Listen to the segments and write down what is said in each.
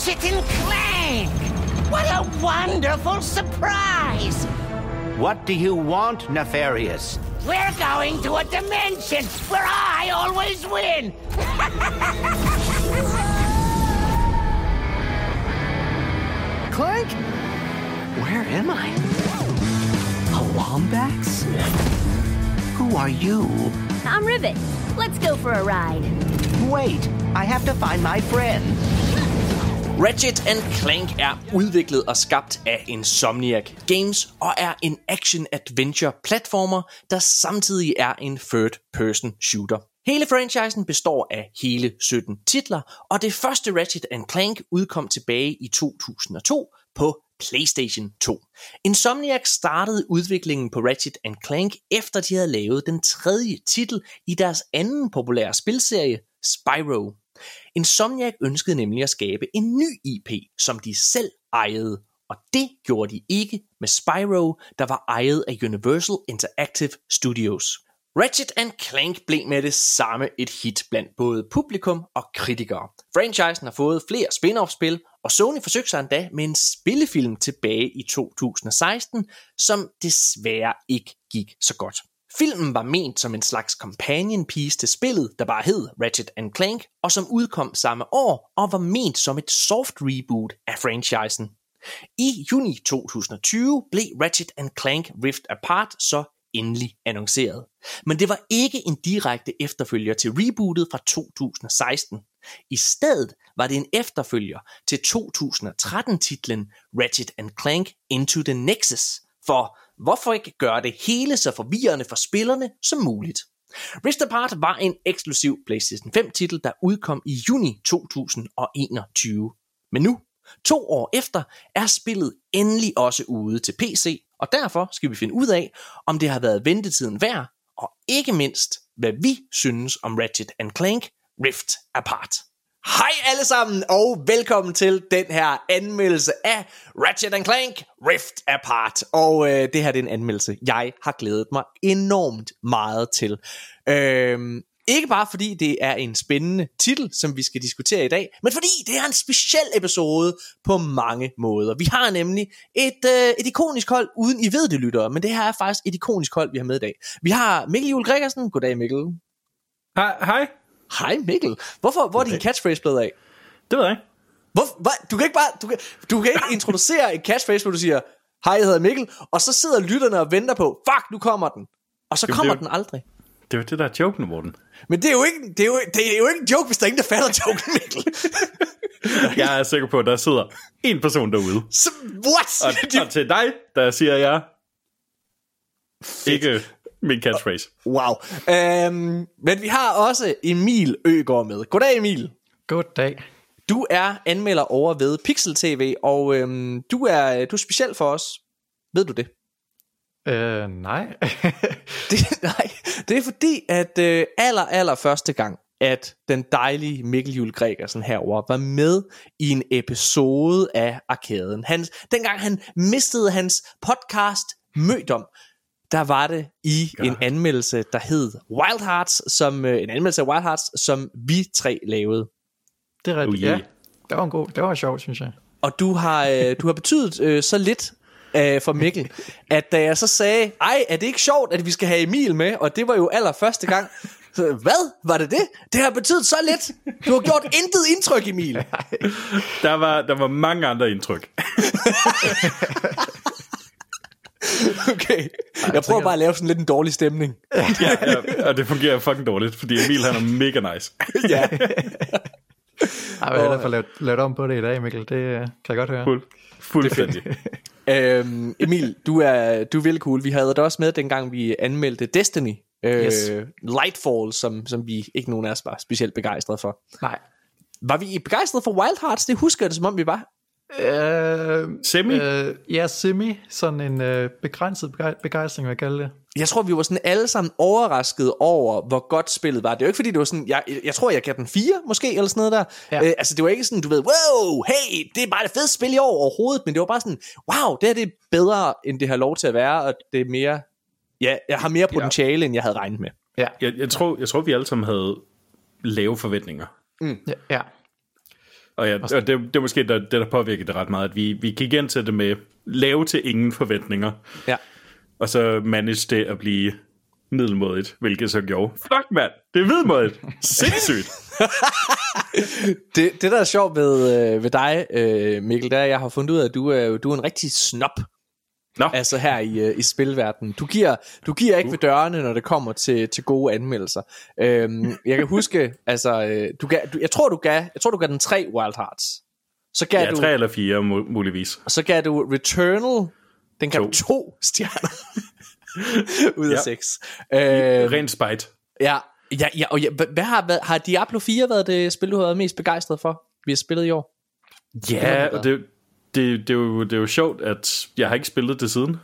Ratchet and Clank! What a wonderful surprise! What do you want, Nefarious? We're going to a dimension where I always win! Clank? Where am I? A Wombax? Who are you? I'm Rivet. Let's go for a ride. Wait, I have to find my friend. Ratchet & Clank er udviklet og skabt af Insomniac Games og er en action-adventure-platformer, der samtidig er en third-person shooter. Hele franchisen består af hele 17 titler, og det første Ratchet & Clank udkom tilbage i 2002 på PlayStation 2. Insomniac startede udviklingen på Ratchet & Clank, efter de havde lavet den tredje titel i deres anden populære spilserie, Spyro. Insomniac ønskede nemlig at skabe en ny IP, som de selv ejede, og det gjorde de ikke med Spyro, der var ejet af Universal Interactive Studios. Ratchet & Clank blev med det samme et hit blandt både publikum og kritikere. Franchisen har fået flere spin-off-spil, og Sony forsøgte sig endda med en spillefilm tilbage i 2016, som desværre ikke gik så godt. Filmen var ment som en slags companion piece til spillet, der bare hed Ratchet & Clank, og som udkom samme år og var ment som et soft reboot af franchisen. I juni 2020 blev Ratchet & Clank Rift Apart så endelig annonceret. Men det var ikke en direkte efterfølger til rebootet fra 2016. I stedet var det en efterfølger til 2013-titlen Ratchet & Clank Into the Nexus. For hvorfor ikke gøre det hele så forvirrende for spillerne som muligt? Rift Apart var en eksklusiv PlayStation 5-titel, der udkom i juni 2021. Men nu, 2 år efter, er spillet endelig også ude til PC, og derfor skal vi finde ud af, om det har været ventetiden værd, og ikke mindst, hvad vi synes om Ratchet & Clank Rift Apart. Hej alle sammen, og velkommen til den her anmeldelse af Ratchet & Clank Rift Apart. Og det her det er en anmeldelse, jeg har glædet mig enormt meget til. Ikke bare fordi det er en spændende titel, som vi skal diskutere i dag, men fordi det er en speciel episode på mange måder. Vi har nemlig et ikonisk hold, uden I ved det, lyttere, men det her er faktisk et ikonisk hold, vi har med i dag. Vi har Mikkel Juhl Gregersen. Goddag, Mikkel. Hej. Hej, Mikkel. Hvor er din catchphrase blevet af? Det ved jeg ikke. Du kan ikke bare du kan ikke introducere en catchphrase, hvor du siger, hej, jeg hedder Mikkel, og så sidder lytterne og venter på, fuck, nu kommer den. Og så kommer den aldrig. Det er jo det, der er joken, Morten. Men det er jo ikke en joke, hvis der er ingen, der fatter joken, Mikkel. Jeg er sikker på, at der sidder en person derude. What? Og til dig, der siger jeg ikke min catchphrase. Wow. Men vi har også Emil Øgaard med. Goddag, Emil. Goddag. Du er anmelder over ved Pixel TV, og du er speciel for os. Ved du det? Nej. Det er fordi, at aller første gang, at den dejlige Mikkel Juhl Gregersen herover var med i en episode af Arkaden. Dengang han mistede hans podcast Mødom, der var det i en anmeldelse, der hed Wild Hearts, en anmeldelse af Wild Hearts, som vi 3 lavede. Det er rigtigt, ja. Det var sjovt, synes jeg. Og du har betydet så lidt for Mikkel, at da jeg så sagde, er det ikke sjovt, at vi skal have Emil med, og det var jo allerførste gang, så, hvad? Var det det? Det har betydet så lidt. Du har gjort intet indtryk, Emil. Der var mange andre indtryk. Okay. Jeg prøver bare at lave sådan lidt en dårlig stemning. Ja, og det fungerer fucking dårligt, fordi Emil han er mega nice. Ja. Jeg vil hellere få lavet om på det i dag, Mikkel. Det kan jeg godt høre. Fuldstændig. Emil, du er vildt cool. Vi havde det også med, dengang vi anmeldte Destiny. Yes. Lightfall, som vi ikke nogen af os var specielt begejstrede for. Nej. Var vi begejstrede for Wild Hearts? Det husker jeg det, som om vi var. Semi? Ja, semi. Sådan en begrænset begejstring, vil jeg kalde det. Jeg tror, vi var sådan alle sammen overrasket over, hvor godt spillet var. Det er jo ikke fordi, det var sådan, jeg tror, jeg gav den 4 måske, eller sådan noget der. Ja. Altså, det var ikke sådan, du ved, wow, hey, det er bare det fedeste spil i år overhovedet, men det var bare sådan, wow, det her det er bedre, end det har lov til at være, og det er mere, jeg har mere potentiale, end jeg havde regnet med. Ja. Jeg tror, vi alle sammen havde lave forventninger. Ja. Og det er måske det, der påvirker det ret meget, at vi gik ind til det med lave til ingen forventninger. Ja. Og så managede det at blive middelmådigt, hvilket så gjorde. Fuck, mand, det er middelmådigt. Sindssygt. det der er sjovt ved dig, Mikkel, det er, at jeg har fundet ud af, at du er en rigtig snob. Nå. Altså her i spilverdenen. Du giver ikke ved dørene, når det kommer til gode anmeldelser. Jeg kan huske, altså, jeg tror du gav den 3 Wild Hearts. Så gav du 3 eller 4 muligvis. Og så gav du Returnal, den gav du 2 stjerner ud af 6. Ren spite. Ja, og hvad har Diablo 4 været det spil, du har været mest begejstret for, vi har spillet i år? Ja, og det er jo sjovt, at jeg har ikke spillet det siden.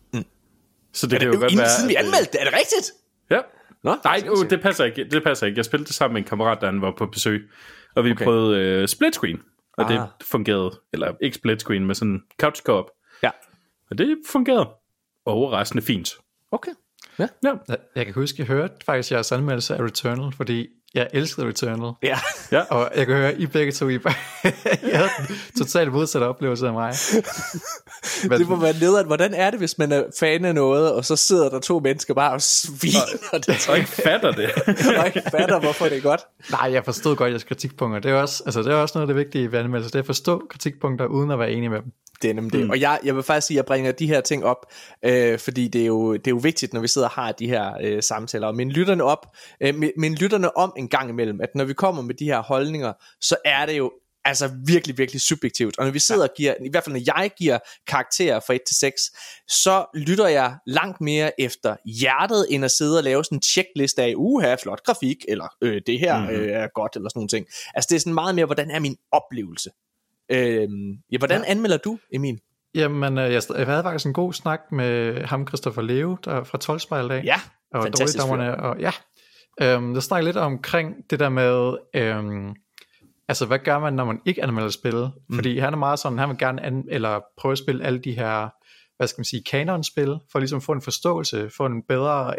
Så det kan jo godt være siden vi anmeldte det, er det rigtigt? Ja. Nej, det passer ikke. Jeg spillede det sammen med en kammerat, da han var på besøg. Og vi prøvede split screen. Og det fungerede. Eller ikke split screen, men sådan couch co-op. Ja. Og det fungerede overraskende fint. Okay. Ja. Jeg kan huske, jeg hørte faktisk jeres anmeldelse af Returnal, fordi jeg elskede Returnal. Ja. Og jeg kan høre, I begge to, I havde en totalt modsat oplevelse af mig. Det må være nederen. Hvordan er det, hvis man er fan af noget, og så sidder der 2 mennesker bare og sviner det? Og ikke fatter det. Og ikke fatter, hvorfor det er godt. Nej, jeg forstod godt jeres kritikpunkter. Det er også noget af det vigtige ved anmeldelser. Det er at forstå kritikpunkter, uden at være enig med dem. Det er nemlig det. Og jeg vil faktisk sige, at jeg bringer de her ting op, fordi det er jo vigtigt, når vi sidder og har de her samtaler. Og minde lytterne om en gang imellem, at når vi kommer med de her holdninger, så er det jo altså virkelig, virkelig subjektivt. Og når vi sidder og giver, i hvert fald når jeg giver karakterer fra 1 til 6, så lytter jeg langt mere efter hjertet, end at sidde og lave sådan en checkliste af, flot grafik, eller det her er godt, eller sådan nogle ting. Altså det er sådan meget mere, hvordan er min oplevelse? Hvordan anmelder du, Emil? Jamen, jeg havde faktisk en god snak med ham, Christoffer Leo, der fra 12-spejl af. Ja, og fantastisk. Og der snakker lidt omkring det der med, altså hvad gør man, når man ikke anmelder spil? Fordi han er meget sådan, han vil gerne prøve at spille alle de her, hvad skal man sige, kanon-spil, for ligesom at få en forståelse, få en bedre,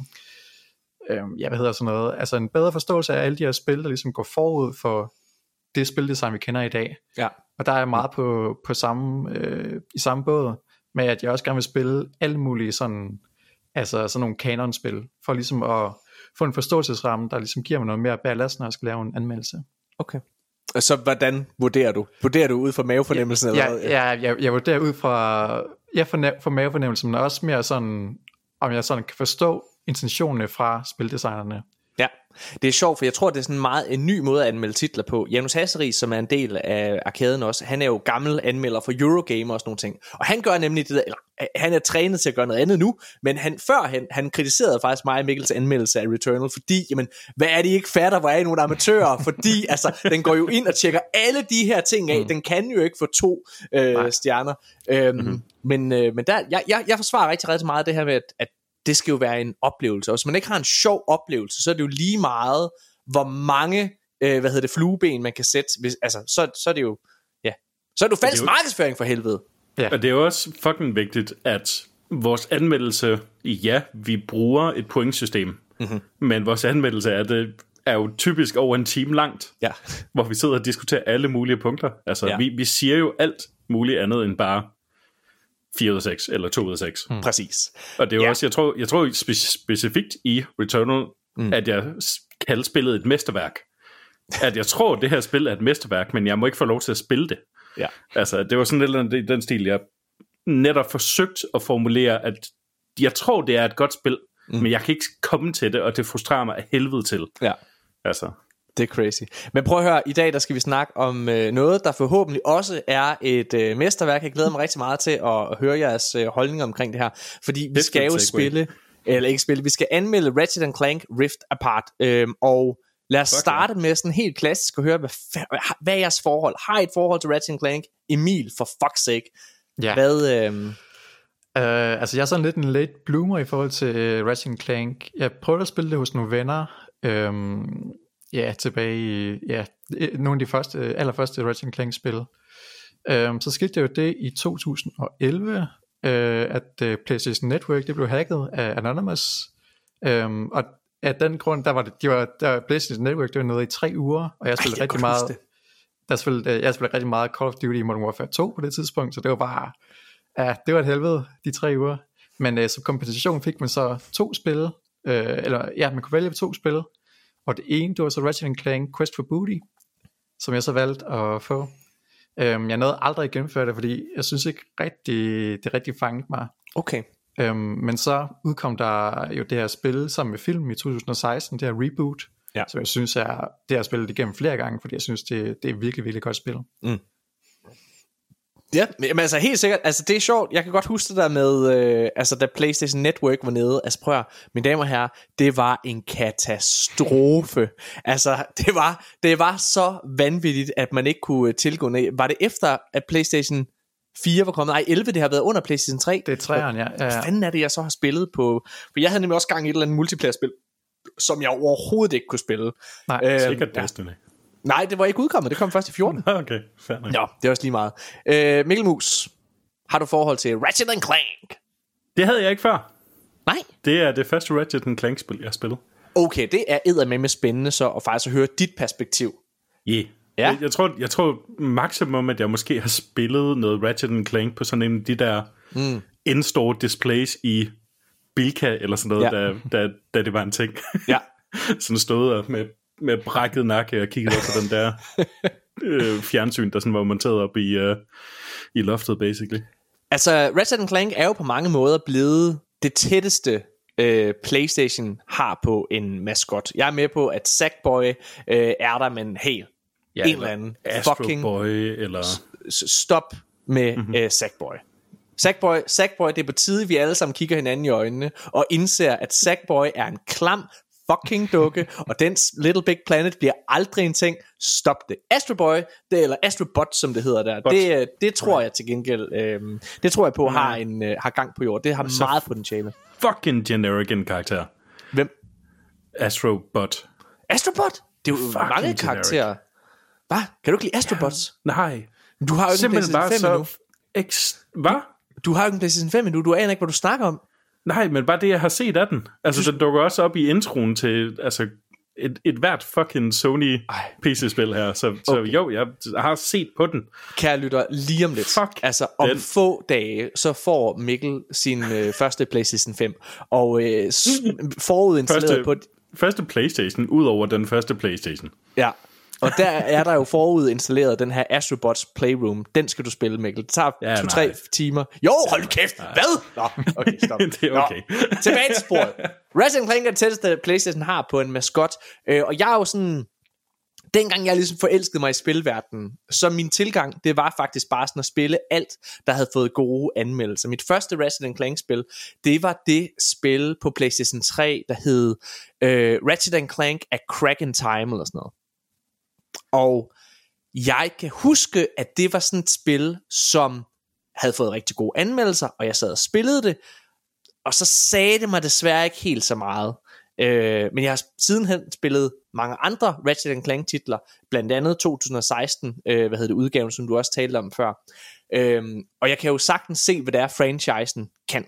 altså en bedre forståelse af alle de her spil, der ligesom går forud for det spildesign, vi kender i dag. Ja. Og der er jeg meget på i samme båd, med at jeg også gerne vil spille alle mulige sådan nogle kanonspil, for ligesom at få en forståelsesramme, der ligesom giver mig noget mere ballast, når jeg skal lave en anmeldelse. Okay. Og så hvordan vurderer du? Vurderer du ud fra mavefornemmelsen? Jeg vurderer ud fra mavefornemmelsen, men også mere sådan, om jeg sådan kan forstå intentionerne fra spildesignerne. Ja, det er sjovt, for jeg tror, det er sådan en ny måde at anmelde titler på. Janus Hasseris, som er en del af arkaden også, han er jo gammel anmelder for Eurogamer og sådan nogle ting. Og han gør nemlig det der, eller han er trænet til at gøre noget andet nu, men han kritiserede faktisk mig og Mikkels anmeldelse af Returnal, fordi, jamen, hvad er det I ikke fatter, hvor er I nogle amatører? Fordi, altså, den går jo ind og tjekker alle de her ting af. Den kan jo ikke få 2 stjerner. Men jeg forsvarer rigtig meget det her med, at det skal jo være en oplevelse. Og hvis man ikke har en sjov oplevelse, så er det jo lige meget, hvor mange flueben man kan sætte. Så er det jo, så er det jo falsk markedsføring for helvede. Ja. Og det er jo også fucking vigtigt, at vores anmeldelse, vi bruger et pointsystem, men vores anmeldelse er jo typisk over en time langt, hvor vi sidder og diskuterer alle mulige punkter. Altså, vi siger jo alt muligt andet end bare 4 ud af 6, eller 2 ud af 6. Præcis. Og det er jo også, jeg tror specifikt i Returnal, at jeg kalder spillet et mesterværk. At jeg tror, det her spil er et mesterværk, men jeg må ikke få lov til at spille det. Ja. Altså, det var sådan lidt i den stil, jeg netop forsøgt at formulere, at jeg tror, det er et godt spil, men jeg kan ikke komme til det, og det frustrerer mig af helvede til. Ja. Altså. Det er crazy. Men prøv at høre, i dag der skal vi snakke om noget, der forhåbentlig også er et mesterværk. Jeg glæder mig rigtig meget til at høre jeres holdninger omkring det her. Fordi vi skal jo vi skal anmelde Ratchet & Clank Rift Apart. Og lad os starte med sådan helt klassisk at høre, hvad er jeres forhold? Har I et forhold til Ratchet & Clank? Emil, for fuck's sake. Ja. Hvad... altså jeg er sådan lidt en late bloomer i forhold til Ratchet & Clank. Jeg prøvede at spille det hos nogle venner, tilbage i nogle af de allerførste Ratchet & Clank spil. Så skete jo det i 2011, at PlayStation Network det blev hacket af Anonymous. Og af den grund, der PlayStation Network, det var noget i 3 uger, og jeg spillede rigtig meget. jeg spillede rigtig meget Call of Duty Modern Warfare 2 på det tidspunkt, så det var bare, det var et helvede, de 3 uger. Men som kompensation fik man så 2 spil, man kunne vælge 2 spil, og det ene, det var så Ratchet & Clank Quest for Booty, som jeg så valgte at få. Jeg nåede aldrig at gennemføre det, fordi jeg synes ikke det rigtig fangede mig. Okay. Men så udkom der jo det her spil sammen med film i 2016, det her Reboot, som jeg synes det har jeg spillet igennem flere gange, fordi jeg synes det er virkelig, virkelig godt spil. Ja, men altså helt sikkert, altså det er sjovt. Jeg kan godt huske det der med, da PlayStation Network var nede. Altså prøv at, mine damer og herrer, det var en katastrofe. Altså det var så vanvittigt, at man ikke kunne tilgå ned. Var det efter, at PlayStation 4 var kommet? Nej, 11, det har været under PlayStation 3. Det er 3'eren, ja. Hvad fanden er det, jeg så har spillet på? For jeg havde nemlig også gang i et eller andet multiplayer-spil, som jeg overhovedet ikke kunne spille. Nej, sikkert Destiny. Nej, det var ikke udkommet. Det kom først i 14. Okay, fair nok. Nå, det er også lige meget. Mikkel Mus, har du forhold til Ratchet & Clank? Det havde jeg ikke før. Nej. Det er det første Ratchet & Clank-spil, jeg har spillet. Okay, det er eddermame spændende så, og faktisk at høre dit perspektiv. Yeah. Ja. Jeg tror maksimum, at jeg måske har spillet noget Ratchet & Clank på sådan en af de der in-store displays i Bilka, eller sådan noget, da det var en ting. Ja. Sådan stod med brækket nakke og kiggede op på den der fjernsyn, der sådan var monteret op i loftet, basically. Altså, Ratchet & Clank er jo på mange måder blevet det tætteste PlayStation har på en maskot. Jeg er med på, at Sackboy er der, men hey, en eller anden fucking Boy, eller stop med Sackboy. Sackboy, det er på tide, vi alle sammen kigger hinanden i øjnene og indser, at Sackboy er en klam fucking dukke, og dens Little Big Planet bliver aldrig en ting. Stop det. Astro Boy, eller Astrobot, som det hedder der, det tror jeg til gengæld, det tror jeg på har gang på jord. Det har meget potentiale. Fucking generic en karakter. Hvem? Astrobot. Astrobot? Det er jo mange karakterer. Hvad? Kan du ikke lide Astrobots? Nej. Du har jo ikke en PlayStation 5 endnu. Hvad? Du har jo ikke en PlayStation 5 endnu. Du aner ikke, hvad du snakker om. Nej, men bare det, jeg har set af den. Altså, den dukker også op i introen til et hvert fucking Sony PC-spil her. Så jo, jeg har set på den. Kære lytter, lige om lidt. Fuck altså, om få dage, så får Mikkel sin første PlayStation 5. Og forudinstalleret på første PlayStation, ud over den første PlayStation. Ja. Og der er der jo forudinstalleret den her Astrobots Playroom. Den skal du spille, Mikkel. Det tager 2-3 timer. Jo, hold kæft. Hvad? Nå, okay, stop. Det er okay. Tilbage til sporet. Ratchet & Clank er det tætteste, PlayStation har på en maskot. Og jeg er jo sådan... Dengang jeg ligesom forelskede mig i spilverdenen, så min tilgang, det var faktisk bare sådan at spille alt, der havde fået gode anmeldelser. Mit første Ratchet & Clank-spil, det var det spil på PlayStation 3, der hed Ratchet & Clank A Crack in Time, eller sådan noget. Og jeg kan huske, at det var sådan et spil, som havde fået rigtig gode anmeldelser, og jeg sad og spillede det, og så sagde det mig desværre ikke helt så meget. Men jeg har sidenhen spillet mange andre Ratchet & Clank titler, blandt andet 2016, udgaven, som du også talte om før. Og jeg kan jo sagtens se, hvad det er, franchisen kan.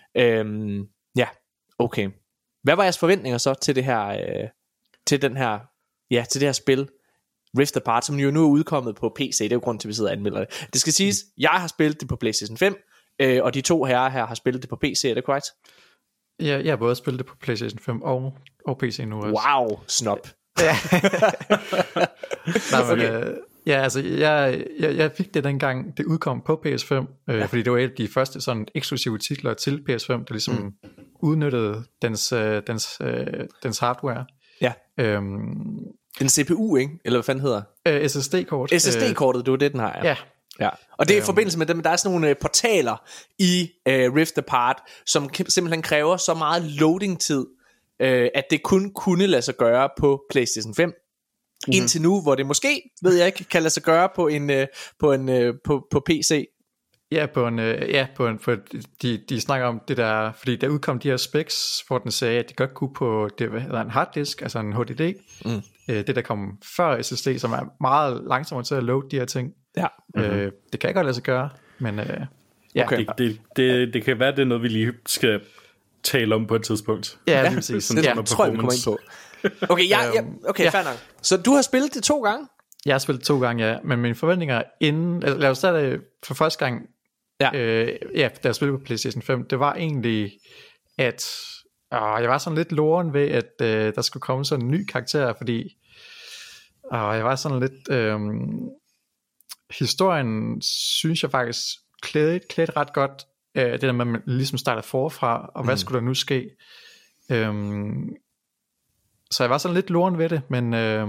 Okay. Hvad var jeres forventninger så til det her, til det her spil? Rift Apart, som jo nu er udkommet på PC. Det er jo grunden til, at vi sidder og anmelder det. Det skal siges, jeg har spillet det på PlayStation 5, og de to herrer her har spillet det på PC, er det korrekt? Ja, jeg har både spillet det på PlayStation 5 og PC nu også. Wow, snop. Jeg fik det dengang, det udkom på PS5, fordi det var et af de første sådan eksklusive titler til PS5, der ligesom udnyttede dens hardware. Ja. Den CPU, ikke? Eller hvad fanden hedder? SSD-kort. SSD-kortet, det er det, den har, ja. Og det er i forbindelse med dem, der er sådan nogle portaler i Rift Apart, som simpelthen kræver så meget loading-tid, at det kun kunne lade sig gøre på PlayStation 5. Indtil nu, hvor det måske, ved jeg ikke, kan lade sig gøre på PC. Ja, de snakker om det der, fordi der udkom de her specs, hvor den sagde, at de godt kunne på det, hvad hedder en harddisk, altså en HDD, det der kom før SSD, som er meget langsommere til at load de her ting. Ja. Det kan jeg godt lade sig gøre, men okay. Det kan være, det er noget, vi lige skal tale om på et tidspunkt. Ja, det er præcis. Det tror jeg, vi kommer ind på. Okay, okay, fair nok. Så du har spillet det 2 gange? Jeg har spillet 2 gange, ja, men mine forventninger inden, lad os tage det for første gang, da jeg spillede på PlayStation 5, det var egentlig, at jeg var sådan lidt loren ved, at der skulle komme sådan en ny karakter, fordi jeg var sådan lidt, historien synes jeg faktisk klædte ret godt, det der med, at man ligesom starter forfra, og hvad skulle der nu ske? Så jeg var sådan lidt loren ved det, men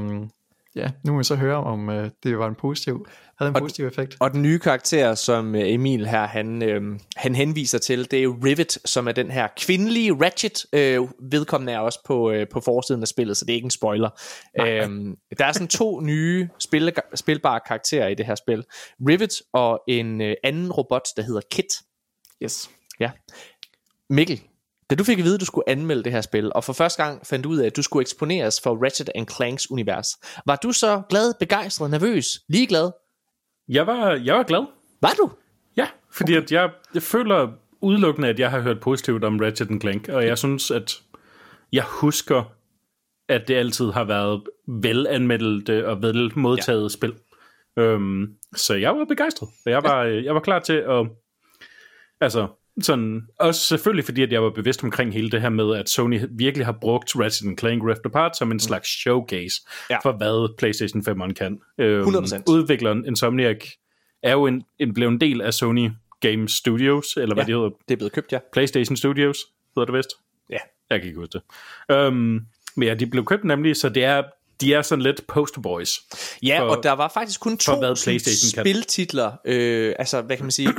nu må vi så høre, om det var havde en positiv effekt. Og den nye karakter, som Emil her, han henviser til, det er jo Rivet, som er den her kvindelige Ratchet. Vedkommende er også på forsiden af spillet, så det er ikke en spoiler. Der er sådan 2 nye spilbare karakterer i det her spil. Rivet og en anden robot, der hedder Kit. Yes. Ja. Mikkel, da du fik at vide, at du skulle anmelde det her spil, og for første gang fandt du ud af, at du skulle eksponeres for Ratchet & Clanks univers, var du så glad, begejstret, nervøs, ligeglad? Jeg var glad. Var du? Ja, fordi at jeg føler udelukkende, at jeg har hørt positivt om Ratchet & Clank, og jeg synes, at jeg husker, at det altid har været velanmeldt og velmodtaget spil. Så jeg var begejstret. Jeg var klar til at... Altså, sådan, også selvfølgelig fordi, at jeg var bevidst omkring hele det her med, at Sony virkelig har brugt Ratchet & Clank Rift Apart som en slags showcase for hvad PlayStation 5'eren kan. 100%. Udvikleren Insomniac er jo blevet en del af Sony Game Studios, eller hvad det hedder. Det er blevet købt, ja. PlayStation Studios, hedder det vist? Ja. Jeg kan ikke huske det. Men ja, de blev købt nemlig, så de er sådan lidt poster boys. Ja, og der var faktisk kun 2 spiltitler, altså hvad kan man sige...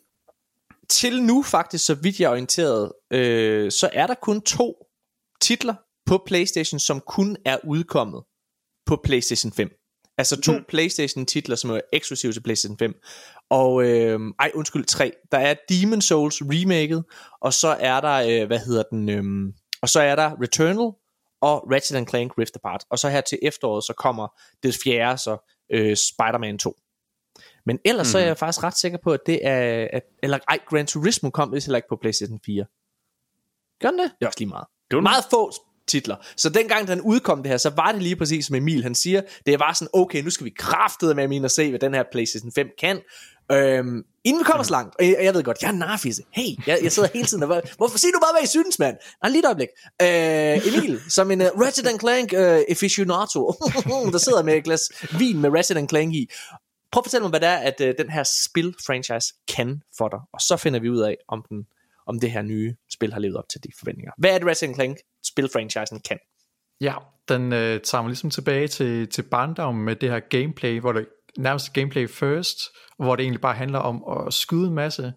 Til nu faktisk, så vidt jeg er orienteret, så er der kun 2 titler på PlayStation, som kun er udkommet på PlayStation 5. Altså 2 PlayStation titler, som er eksklusive til PlayStation 5. Og 3. Der er Demon's Souls remaket, og så er der og så er der Returnal og Ratchet & Clank Rift Apart. Og så her til efteråret så kommer det 4. så Spider-Man 2. Men ellers så er jeg faktisk ret sikker på, at det er... Gran Turismo kom vist heller ikke på PlayStation 4. Gør den det? Det er også lige meget. Meget få titler. Så dengang den udkom det her, så var det lige præcis som Emil han siger. Det var sådan, okay, nu skal vi kraftedeme med at se, hvad den her PlayStation 5 kan. Inden vi kommer så langt, og jeg ved godt, jeg er narfisse. Hey, jeg sidder hele tiden og hvorfor siger du bare, hvad I synes, mand? Lige et øjeblik. Emil, som en Ratchet & Clank aficionado, der sidder med et glas vin med Ratchet & Clank i. Prøv at fortælle mig, hvad det er, at den her spil-franchise kan for dig. Og så finder vi ud af, om det her nye spil har levet op til de forventninger. Hvad er det, Ratchet & Clank spil-franchisen kan? Ja, den tager mig ligesom tilbage til barndommen med det her gameplay, hvor det nærmest gameplay first, hvor det egentlig bare handler om at skyde en masse.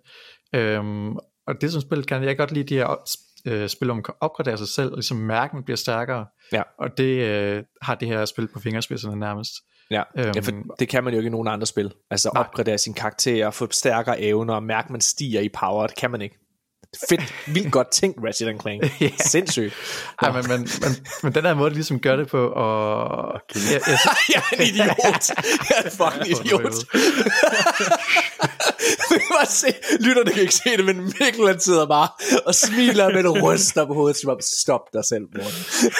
Og det som spillet kan, jeg kan godt lide de her spil, hvor man kan opgradere sig selv, og ligesom mærke, man bliver stærkere. Ja. Og det har det her spil på fingerspidserne nærmest. Ja, for det kan man jo ikke i nogen andre spil. Altså opgradere sin karakter, få stærkere evner, og mærke, man stiger i power. Det kan man ikke. Fedt, vildt godt tænkt, Ratchet & Clank. Sindssygt. Ej, men den her måde, de ligesom gør det på, og... Okay. Jeg er en idiot. Jeg er fucking idiot. Lytterne kan ikke se det, men Mikkel han sidder bare og smiler med en ryster på hovedet, som stop dig selv, Morten.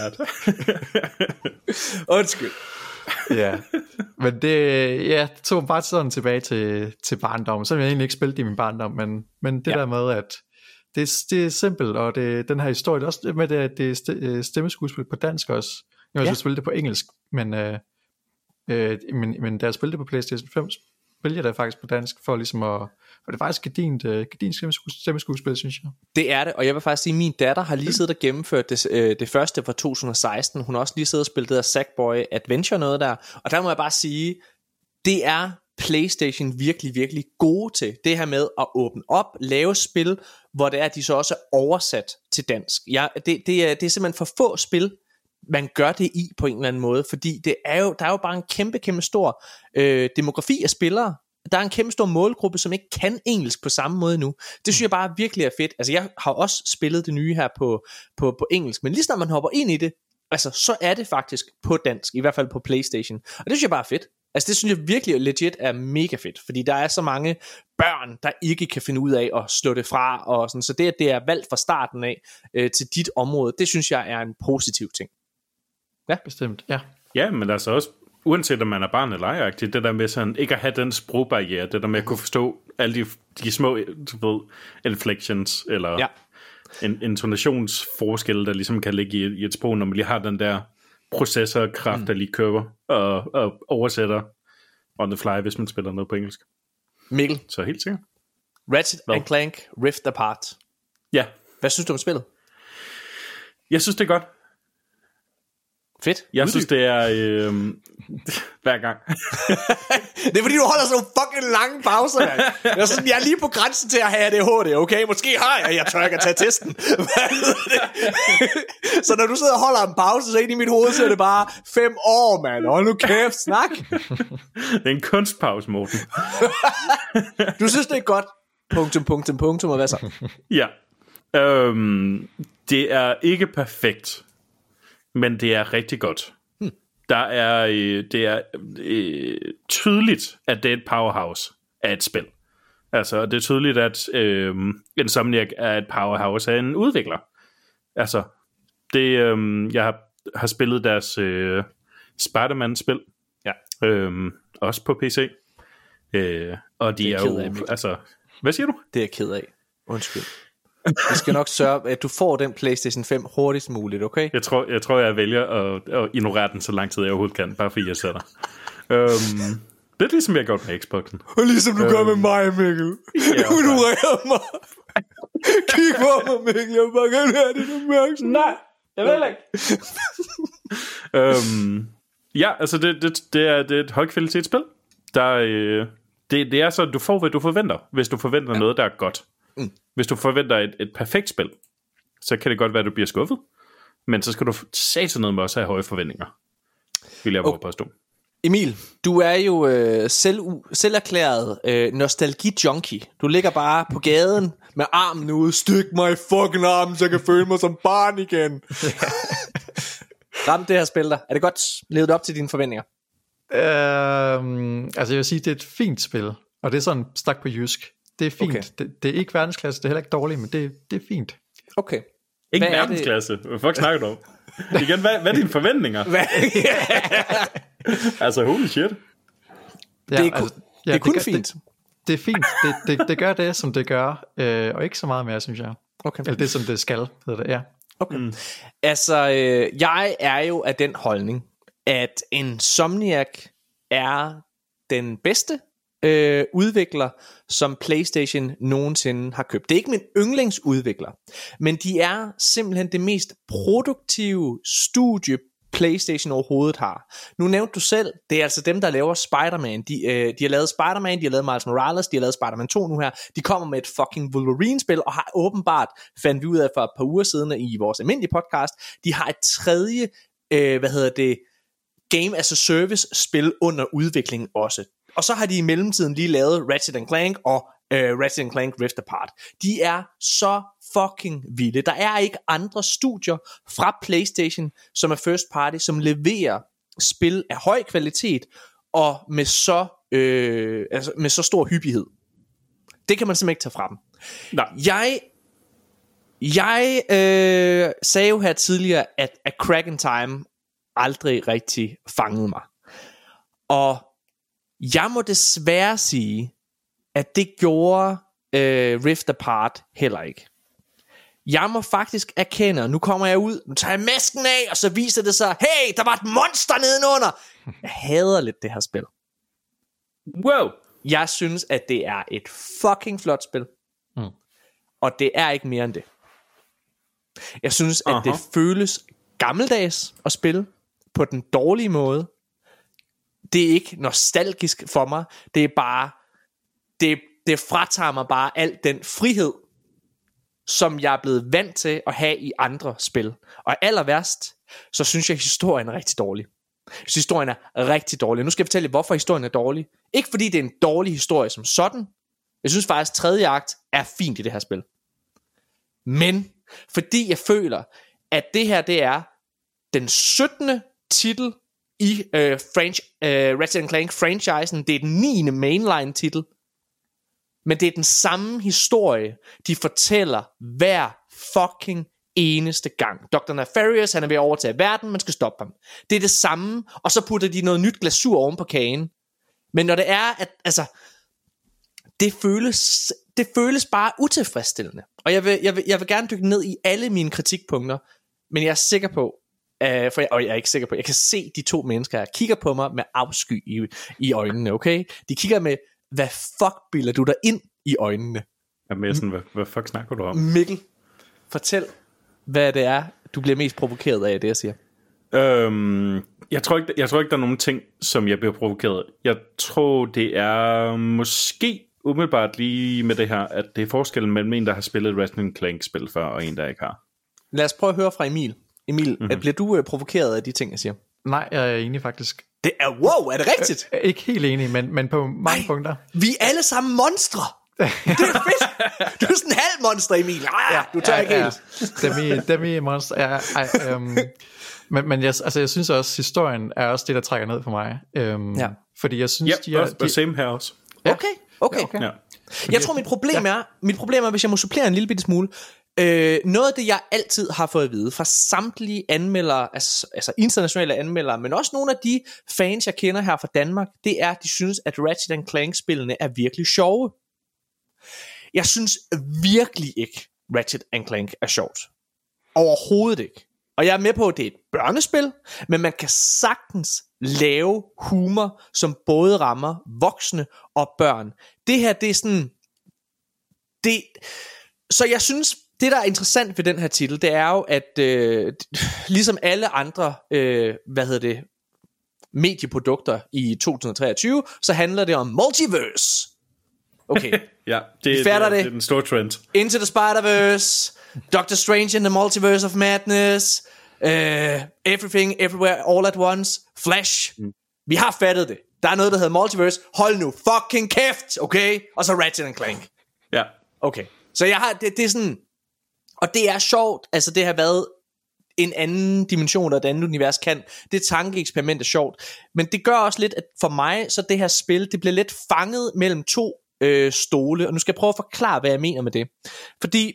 Undskyld. Ja, men det tog bare sådan tilbage til barndommen. Så har jeg egentlig ikke spillet i min barndom, men det der med, at det er simpelt, og den her historie, det er også med det, at det er stemmeskuespil på dansk også. Jeg har spillet det på engelsk, men da jeg spillede det på PlayStation 5, spillede jeg det faktisk på dansk, for ligesom at... Og det er faktisk gedint stemmeskuespil, synes jeg. Det er det, og jeg vil faktisk sige, at min datter har lige siddet og gennemført det første fra 2016. Hun har også lige siddet og spillet det der Sackboy Adventure noget der. Og der må jeg bare sige, det er PlayStation virkelig, virkelig gode til. Det her med at åbne op, lave spil, hvor det er, at de så også er oversat til dansk. Det er simpelthen for få spil, man gør det i på en eller anden måde, fordi der er jo bare en kæmpe stor demografi af spillere. Der er en kæmpe stor målgruppe, som ikke kan engelsk på samme måde nu. Det synes jeg bare virkelig er fedt. Altså jeg har også spillet det nye her på engelsk, men lige snart man hopper ind i det, altså så er det faktisk på dansk, i hvert fald på PlayStation. Og det synes jeg bare er fedt. Altså det synes jeg virkelig legit er mega fedt, fordi der er så mange børn, der ikke kan finde ud af at slå det fra, og sådan. Så det, at det er valgt fra starten af til dit område, det synes jeg er en positiv ting. Ja, bestemt, ja. Ja, men altså også uanset om man er barn eller ej-agtigt, det der med sådan, ikke at have den sprogbarriere, det der med at kunne forstå alle de små, du ved, inflections, eller en intonationsforskel, der ligesom kan ligge i et sprog, når man lige har den der processorkraft, der lige kører og oversætter on the fly, hvis man spiller noget på engelsk. Mikkel. Så helt sikkert. Ratchet & Clank Rift Apart. Ja. Hvad synes du om spillet? Jeg synes, det er godt. Fedt. Jeg synes, det er hver gang. Det er fordi, du holder sådan nogle fucking lange pauser. Jeg er lige på grænsen til at have ADHD, okay? Måske har jeg tør ikke at tage testen. Så når du sidder og holder en pause, så ind i mit hoved, så er det bare 5 år, mand. Hold nu kæft, snak. Det er en kunstpause, Morten. Du synes, det er godt. Punktum, og hvad så? Ja. Det er ikke perfekt, men det er rigtig godt. Det er tydeligt, at det er et powerhouse af et spil. Altså, det er tydeligt, at Insomniac er et powerhouse af en udvikler. Altså, det, jeg har spillet deres Spider-Man-spil. Ja. Også på PC. Og de er jo... Altså, hvad siger du? Det er jeg ked af. Undskyld. Jeg skal nok sørge, at du får den PlayStation 5 hurtigst muligt, okay? Jeg tror, jeg vælger at ignorere den så lang tid, jeg overhovedet kan, bare fordi jeg sætter. Det er ligesom jeg har gjort med Xboxen. Og ligesom du gør med mig, Mikkel. Ja, du ignorerer mig. Kig på mig, Mikkel. Jeg vil bare gerne have din opmærksomhed. Nej, jeg vil ikke. Ja, altså det er et højkvalitetsspil. Det er så, at du får, hvad du forventer, hvis du forventer noget, der er godt. Hvis du forventer et perfekt spil, så kan det godt være, at du bliver skuffet. Men så skal du satse med også have høje forventninger, vil jeg våge påstå. Emil, du er jo selverklæret nostalgi-junkie. Du ligger bare på gaden med armen ude. Stik mig i fucking armen, så jeg kan føle mig som barn igen. Ramt det her spil der. Er det godt levet op til dine forventninger? Altså jeg vil sige, det er et fint spil. Og det er sådan stak på jysk. Det er fint. Okay. Det er ikke verdensklasse, det er heller ikke dårligt, men det er fint. Okay. Ikke verdensklasse? Hvad fuck snakker du om? Igen, hvad er dine forventninger? Altså, holy shit. Det er kun fint. Det er fint. Det gør det, som det gør, og ikke så meget mere, synes jeg. Okay. Eller det, som det skal, hedder det, ja. Okay. Altså, jeg er jo af den holdning, at Insomniac er den bedste udvikler, som PlayStation nogensinde har købt. Det er ikke min yndlingsudvikler, men de er simpelthen det mest produktive studie PlayStation overhovedet har. Nu nævnte du selv, det er altså dem, der laver Spider-Man. De har lavet Spider-Man, de har lavet Miles Morales, de har lavet Spider-Man 2 nu her. De kommer med et fucking Wolverine-spil, og har åbenbart, fandt vi ud af for et par uger siden i vores almindelige podcast, de har et tredje, Game as a Service spil under udvikling også. Og så har de i mellemtiden lige lavet Ratchet & Clank og Ratchet & Clank Rift Apart. De er så fucking vilde. Der er ikke andre studier fra PlayStation, som er first party, som leverer spil af høj kvalitet og med så stor hyppighed. Det kan man simpelthen ikke tage fra dem. Nej. Jeg sagde jo her tidligere, at A Crack in Time aldrig rigtig fangede mig. Og jeg må desværre sige, at det gjorde Rift Apart heller ikke. Jeg må faktisk erkende, nu kommer jeg ud, nu tager jeg masken af, og så viser det sig, hey, der var et monster nedenunder. Jeg hader lidt det her spil. Wow. Jeg synes, at det er et fucking flot spil. Og det er ikke mere end det. Jeg synes, at det føles gammeldags at spille på den dårlige måde. Det er ikke nostalgisk for mig. Det er bare det fratager mig bare al den frihed, som jeg er blevet vant til at have i andre spil. Og aller værst, så synes jeg, at historien er rigtig dårlig. Jeg synes, historien er rigtig dårlig. Nu skal jeg fortælle jer, hvorfor historien er dårlig. Ikke fordi det er en dårlig historie som sådan. Jeg synes faktisk, at tredje akt er fint i det her spil. Men fordi jeg føler, at det her, det er den 17. titel i Ratchet & Clank franchisen. Det er den 9. mainline titel. Men det er den samme historie, de fortæller hver fucking eneste gang. Dr. Nefarious, han er ved at overtage verden, man skal stoppe ham. Det er det samme, og så putter de noget nyt glasur oven på kagen. Men når det er, at altså, det føles bare utilfredsstillende. Og jeg vil gerne dykke ned i alle mine kritikpunkter, men jeg er sikker på, jeg er ikke sikker på, jeg kan se de to mennesker her kigger på mig med afsky i øjnene, okay? De kigger med, hvad fuck bilder du dig ind i øjnene? Jamen, jeg sådan, hvad fuck snakker du om? Mikkel, fortæl, hvad det er, du bliver mest provokeret af det, jeg siger. Jeg tror ikke, der er nogen ting, som jeg bliver provokeret. Jeg tror, det er måske umiddelbart lige med det her, at det er forskellen mellem en, der har spillet Ratchet & Clank-spil før, og en, der ikke har. Lad os prøve at høre fra Emil. Emil, bliver du provokeret af de ting, jeg siger? Nej, jeg er enig faktisk. Det er, wow, er det rigtigt? Ikke helt enig, men på mange punkter. Vi er alle sammen monstre. Det er fedt. Du er sådan en halv monster, Emil. Du tør ikke helt. Demi monster. Men jeg synes også, historien er også det, der trækker ned for mig. Fordi jeg synes, de same her også. Okay. Ja. Jeg tror, mit problem er, hvis jeg må supplere en lille bitte smule. Noget af det, jeg altid har fået at vide fra samtlige anmeldere, altså internationale anmeldere, men også nogle af de fans, jeg kender her fra Danmark, det er, at de synes, at Ratchet & Clank-spillene er virkelig sjove. Jeg synes virkelig ikke, Ratchet & Clank er sjovt. Overhovedet ikke. Og jeg er med på, at det er et børnespil, men man kan sagtens lave humor, som både rammer voksne og børn. Det her, det er sådan... Så jeg synes, det der er interessant ved den her titel, det er jo, at ligesom alle andre, medieprodukter i 2023, så handler det om multiverse. Okay. Ja, det er den store trend. Into the Spider-Verse, Doctor Strange in the Multiverse of Madness, Everything, Everywhere, All at Once, Flash. Vi har fattet det. Der er noget, der hedder multiverse. Hold nu fucking kæft, okay? Og så Ratchet & Clank. Ja. Okay. Så jeg har, det er sådan, og det er sjovt, altså det har været en anden dimension, og et andet univers kan. Det tankeeksperiment er sjovt. Men det gør også lidt, at for mig, så det her spil, det bliver lidt fanget mellem to stole, og nu skal jeg prøve at forklare, hvad jeg mener med det. Fordi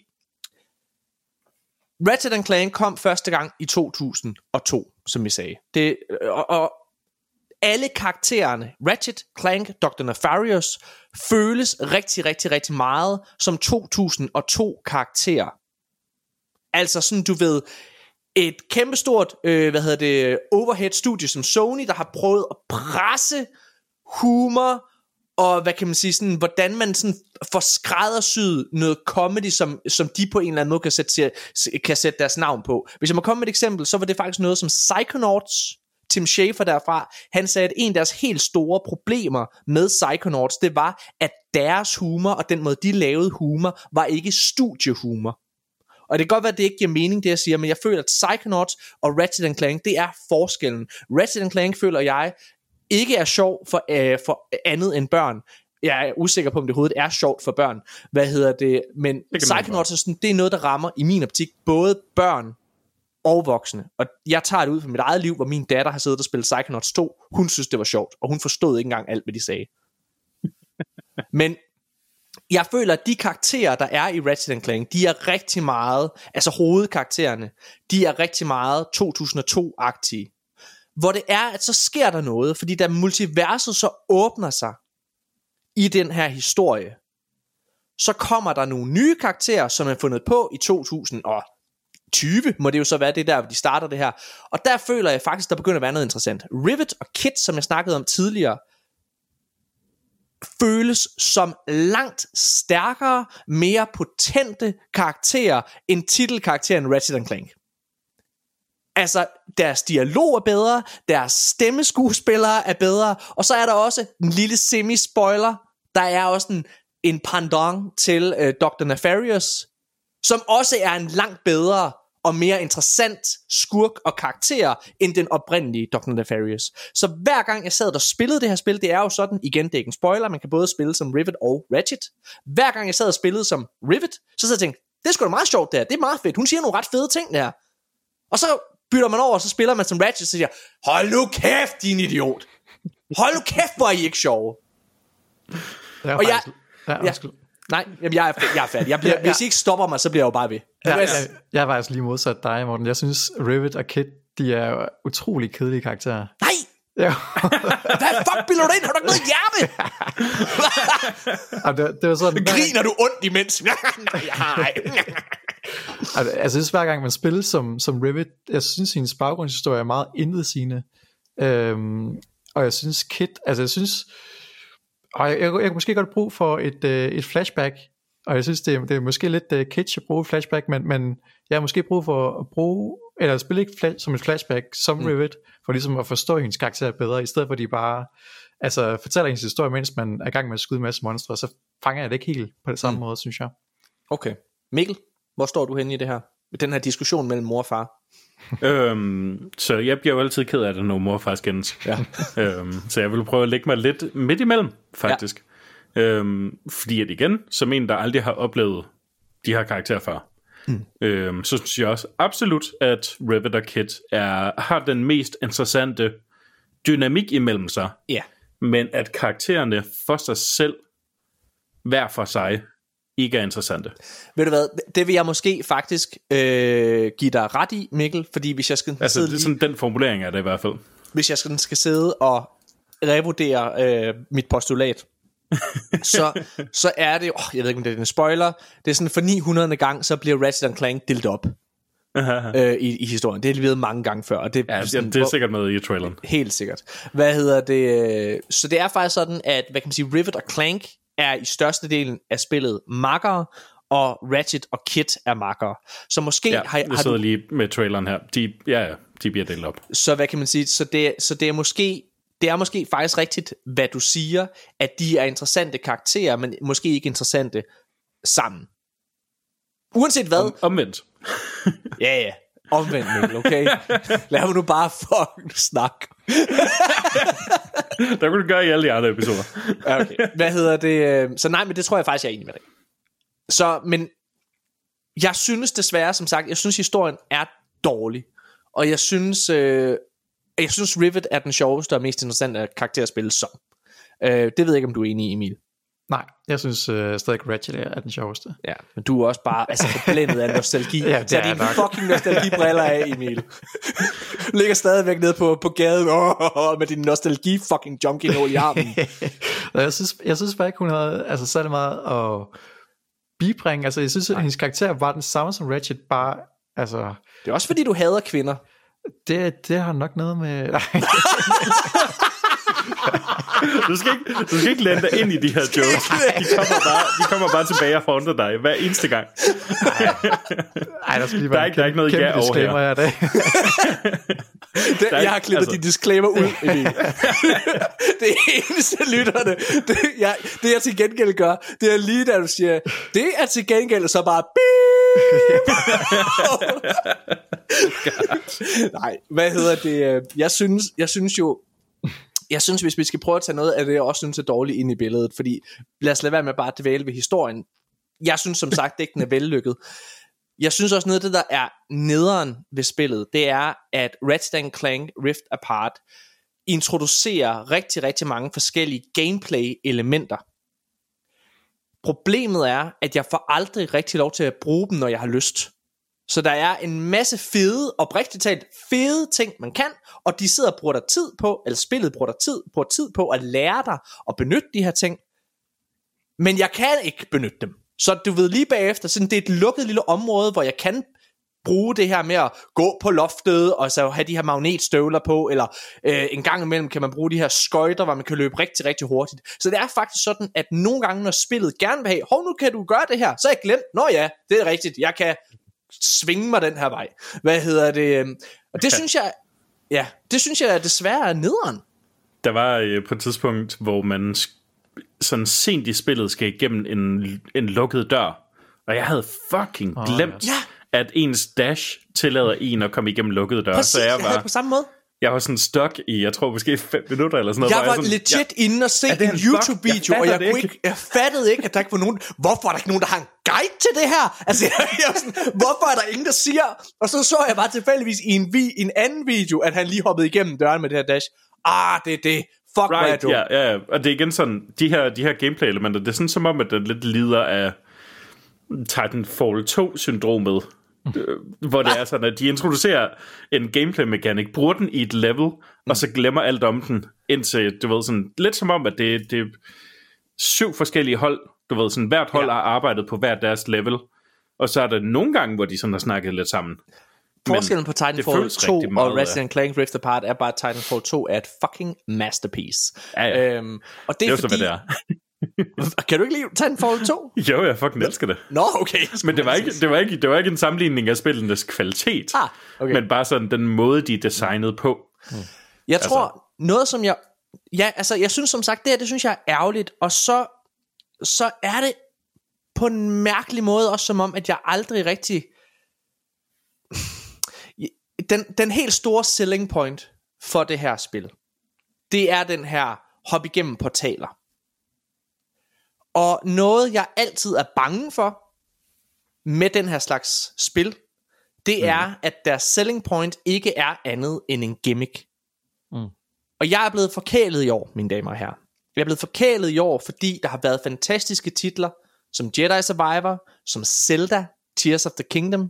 Ratchet & Clank kom første gang i 2002, som vi sagde. Og alle karaktererne, Ratchet, Clank, Dr. Nefarious, føles rigtig, rigtig, rigtig meget som 2002 karakterer. Altså sådan, du ved, et kæmpestort, overhead studie som Sony, der har prøvet at presse humor, og hvad kan man sige, sådan, hvordan man sådan får skræddersyet noget comedy, som de på en eller anden måde kan sætte deres navn på. Hvis jeg må komme med et eksempel, så var det faktisk noget som Psychonauts. Tim Schafer derfra, han sagde, at en af deres helt store problemer med Psychonauts, det var, at deres humor, og den måde de lavede humor, var ikke studiehumor. Og det kan godt være, at det ikke giver mening, det jeg siger, men jeg føler, at Psychonauts og Ratchet & Clank, det er forskellen. Ratchet & Clank føler jeg ikke er sjov for andet end børn. Jeg er usikker på, om det overhovedet er sjovt for børn. Men Psychonauts, det er noget, der rammer i min optik både børn og voksne. Og jeg tager det ud fra mit eget liv, hvor min datter har siddet og spillet Psychonauts 2. Hun synes, det var sjovt, og hun forstod ikke engang alt, hvad de sagde. Men jeg føler, at de karakterer, der er i Ratchet & Clank, de er rigtig meget, altså hovedkaraktererne, de er rigtig meget 2002-agtige. Hvor det er, at så sker der noget, fordi da multiverset så åbner sig i den her historie, så kommer der nogle nye karakterer, som er fundet på i 2020, må det jo så være det der, hvor de starter det her. Og der føler jeg faktisk, der begynder at være noget interessant. Rivet og Kit, som jeg snakkede om tidligere, føles som langt stærkere, mere potente karakterer end titelkarakteren Ratchet & Clank. Altså, deres dialog er bedre, deres stemmeskuespillere er bedre, og så er der også en lille semi-spoiler, der er også en pendant til Dr. Nefarious, som også er en langt bedre og mere interessant skurk og karakter end den oprindelige Dr. Nefarious. Så hver gang jeg sad og spillede det her spil, det er jo sådan, igen, det er ikke en spoiler, man kan både spille som Rivet og Ratchet. Hver gang jeg sad og spillede som Rivet, så sad jeg og tænkte, det er sgu da meget sjovt det her, det er meget fedt, hun siger nogle ret fede ting der. Og så bytter man over, og så spiller man som Ratchet, og så siger, hold nu kæft, din idiot. Hold nu kæft, hvor er I ikke sjove. Nej, jamen jeg er færdig. Hvis I ikke stopper mig, så bliver jeg jo bare ved. Jeg er faktisk lige modsat dig, Morten. Jeg synes, Rivet og Kit, de er utrolig kedelige karakterer. Nej! Ja. Hvad fuck bilder du ind? Har du ikke noget hjerte? det var sådan, griner du ondt imens? Nej. Jeg synes, hver gang man spiller som Rivet, jeg synes, hendes baggrundshistorie er meget indvidsigende. Og jeg synes Kit, jeg kan måske godt bruge for et flashback, og jeg synes, det er måske lidt kitsch at bruge flashback, men jeg har måske brug for at bruge, eller spille ikke som et flashback som Rivet, for ligesom at forstå hendes karakter bedre, i stedet for at de bare fortæller hendes historie, mens man er i gang med at skyde en masse monstre, så fanger jeg det ikke helt på det samme måde, synes jeg. Okay. Mikkel, hvor står du henne i det her? I den her diskussion mellem mor og far? Så jeg bliver jo altid ked af det, når mor og far skændes. Ja. Så jeg vil prøve at lægge mig lidt midt imellem, faktisk. Ja. Fordi at igen, som en, der aldrig har oplevet de her karakterer før, så synes jeg også absolut, at Rivet og Kit har den mest interessante dynamik imellem sig. Ja. Men at karaktererne for sig selv, hver for sig, ikke er interessante. Ved du hvad, det vil jeg måske faktisk give dig ret i, Mikkel, fordi hvis jeg skal sidde... det er sådan den formulering er det i hvert fald. Hvis jeg skal sidde og revurdere mit postulat, så er det, jeg ved ikke om det er en spoiler, det er sådan for 900. gang, så bliver Ratchet & Clank delt op i historien. Det er levet mange gange før, og det er sikkert med i traileren. Helt sikkert. Hvad hedder det? Så det er faktisk sådan, at hvad kan man sige, Rivet og Clank er i størstedelen af spillet makkere, og Ratchet og Kit er makkere. Så måske har du lige med traileren her. De bliver delt op. Så hvad kan man sige? Så det er måske faktisk rigtigt, hvad du siger, at de er interessante karakterer, men måske ikke interessante sammen. Uanset hvad. Omvendt. Ja. Omvendt, Mikkel, okay? Lad mig nu bare fucking snakke. Der kunne du gøre i alle de andre episoder. Okay. Hvad hedder det? Så nej, men det tror jeg faktisk, jeg er enig med dig. Så, men jeg synes desværre, som sagt, jeg synes historien er dårlig. Og jeg synes Rivet er den sjoveste og mest interessante karakter at spille som. Det ved jeg ikke, om du er enig i, Emil. Nej, jeg synes stadig Ratchet er den sjoveste. Ja, men du er også bare forblændet af nostalgi. Ja, det er dine fucking nostalgibriller af, Emil. Ligger stadigvæk nede på gaden med din nostalgi fucking junkie nål i armen. Jeg synes bare ikke, hun havde særlig meget at bibringe. Altså, jeg synes, at hendes karakter var den samme som Ratchet, bare det er også fordi, du hader kvinder. Det har nok noget med... Du skal ikke lande dig ind i de her jokes. De kommer bare tilbage og haunter dig hver eneste gang. Nej, der er ikke noget ja over her. Jeg har klippet de disclaimer ud, Emil. Det eneste lytterne, det jeg til gengæld gør, det er lige da du siger, det er til gengæld, så bare nej, hvad hedder det? Jeg synes, hvis vi skal prøve at tage noget af det, jeg også synes er dårligt ind i billedet, fordi lad os lade være med bare at dvæle ved historien. Jeg synes som sagt ikke, den er vellykket. Jeg synes også noget af det, der er nederen ved spillet, det er, at Ratchet & Clank Rift Apart introducerer rigtig, rigtig mange forskellige gameplay-elementer. Problemet er, at jeg får aldrig rigtig lov til at bruge dem, når jeg har lyst. Så der er en masse fede, oprigtigt talt fede ting, man kan, og de sidder og bruger dig tid på, eller spillet bruger tid på at lære dig at benytte de her ting. Men jeg kan ikke benytte dem. Så du ved lige bagefter, sådan, det er et lukket lille område, hvor jeg kan bruge det her med at gå på loftet, og så have de her magnetstøvler på, eller en gang imellem kan man bruge de her skøjter, hvor man kan løbe rigtig, rigtig hurtigt. Så det er faktisk sådan, at nogle gange, når spillet gerne vil have, nu kan du gøre det her, så er jeg glemt, ja, det er rigtigt, jeg kan svinge mig den her vej. Hvad hedder det? Og det synes jeg, desværre er nederen. Der var på et tidspunkt, hvor man sådan sent i spillet skal igennem en lukket dør, og jeg havde fucking glemt, at ens dash tillader en at komme igennem lukkede døre. Præcis, så jeg havde på samme måde. Jeg var sådan stuck i, jeg tror måske 5 minutter eller sådan noget. Jeg var sådan, legit inde og se en YouTube-video, og jeg fattede ikke, at der ikke var nogen. Hvorfor er der ikke nogen, der har en guide til det her? Altså, jeg var sådan, hvorfor er der ingen, der siger? Og så jeg bare tilfældigvis i en anden video, at han lige hoppede igennem døren med det her dash. Det er det. Fuck, hvor er du. Ja, og det er igen sådan, de her gameplay-elementer, det er sådan som om, at det lidt lider af Titanfall 2-syndromet, hvor det er sådan, at de introducerer en gameplay-mekanik, bruger den i et level, og så glemmer alt om den, indtil, du ved, sådan, lidt som om, at det er 7 forskellige hold, du ved, sådan, hvert hold har arbejdet på hver deres level, og så er der nogle gange, hvor de sådan har snakket lidt sammen. Forskellen på Titanfall 2 og Ratchet & Clank Rift Apart er bare, at Titanfall 2 er et fucking masterpiece. Ja. Og det er fordi... det er. Kan du ikke lide Titanfall 2? Jo, jeg fucking elsker det. Nå, okay. Men det var ikke en sammenligning af spillenes kvalitet, okay. Men bare sådan den måde, de er designet på. Jeg tror, noget som jeg... Ja, altså, jeg synes som sagt, det synes jeg er ærgerligt, og så er det på en mærkelig måde også som om, at jeg aldrig rigtig... Den helt store selling point for det her spil, det er den her hop igennem portaler. Og noget jeg altid er bange for med den her slags spil, det er at deres selling point ikke er andet end en gimmick. Og jeg er blevet forkælet i år, mine damer og herrer. Jeg er blevet forkælet i år, fordi der har været fantastiske titler som Jedi Survivor, som Zelda Tears of the Kingdom,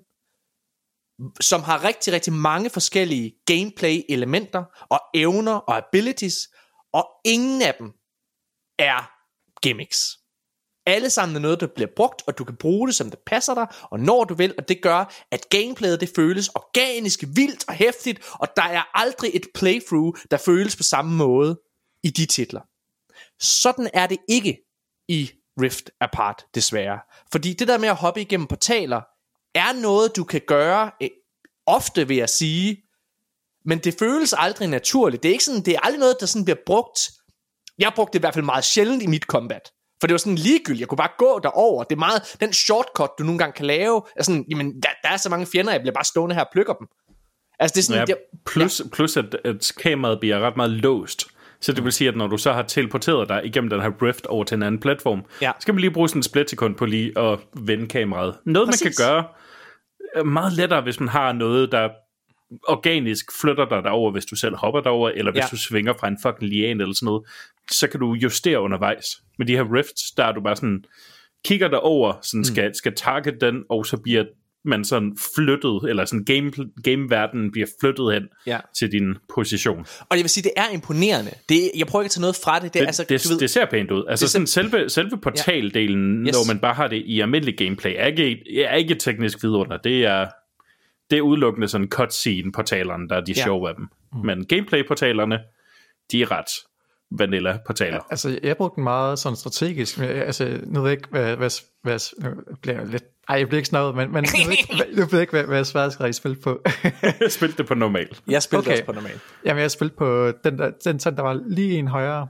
som har rigtig, rigtig mange forskellige gameplay-elementer og evner og abilities, og ingen af dem er gimmicks. Alle sammen er noget, der bliver brugt, og du kan bruge det, som det passer dig, og når du vil, og det gør, at gameplayet det føles organisk, vildt og hæftigt, og der er aldrig et playthrough, der føles på samme måde i de titler. Sådan er det ikke i Rift Apart, desværre. Fordi det der med at hoppe igennem portaler, er noget, du kan gøre ofte, vil jeg sige, men det føles aldrig naturligt. Det er ikke sådan, det er aldrig noget, der sådan bliver brugt. Jeg brugte det i hvert fald meget sjældent i mit combat, for det var sådan ligegyldigt. Jeg kunne bare gå derover. Det er meget den shortcut, du nogle gange kan lave. Er sådan, jamen, der er så mange fjender, jeg bliver bare stående her og plukker dem. Altså, det er sådan, plus at kameraet bliver ret meget låst. Så det vil sige, at når du så har teleporteret dig igennem den her rift over til en anden platform, så skal man lige bruge sådan en splitsekund på lige at vende kameraet. Noget man kan gøre meget lettere, hvis man har noget, der organisk flytter dig derover, hvis du selv hopper derover, eller hvis du svinger fra en fucking lian eller sådan noget, så kan du justere undervejs. Med de her rifts, der er du bare sådan, kigger derover, sådan skal target den, og så bliver man sådan flyttet, eller sådan gameverdenen bliver flyttet hen til din position. Og jeg vil sige, det er imponerende. Jeg prøver ikke at tage noget fra det. Det ser pænt ud. Altså sådan selve portaldelen, når man bare har det i almindelig gameplay, er ikke teknisk vidunder. Det er udelukkende sådan cutscene-portalerne, der er de sjove af dem. Men gameplay-portalerne, de er ret vanilla-portaler. Altså, jeg brugte den meget sådan strategisk. Altså, nu ved jeg ikke, hvad bliver lidt... Ej, jeg bliver ikke snøvet, men nu ved jeg ikke, hvad sværdskræk jeg spillede på. Jeg spillede det på normal. Jeg spillede også på normal. Jamen, jeg spillede på den, der var lige en højere.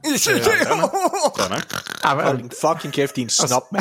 Hold din fucking kæft, din snop, mand.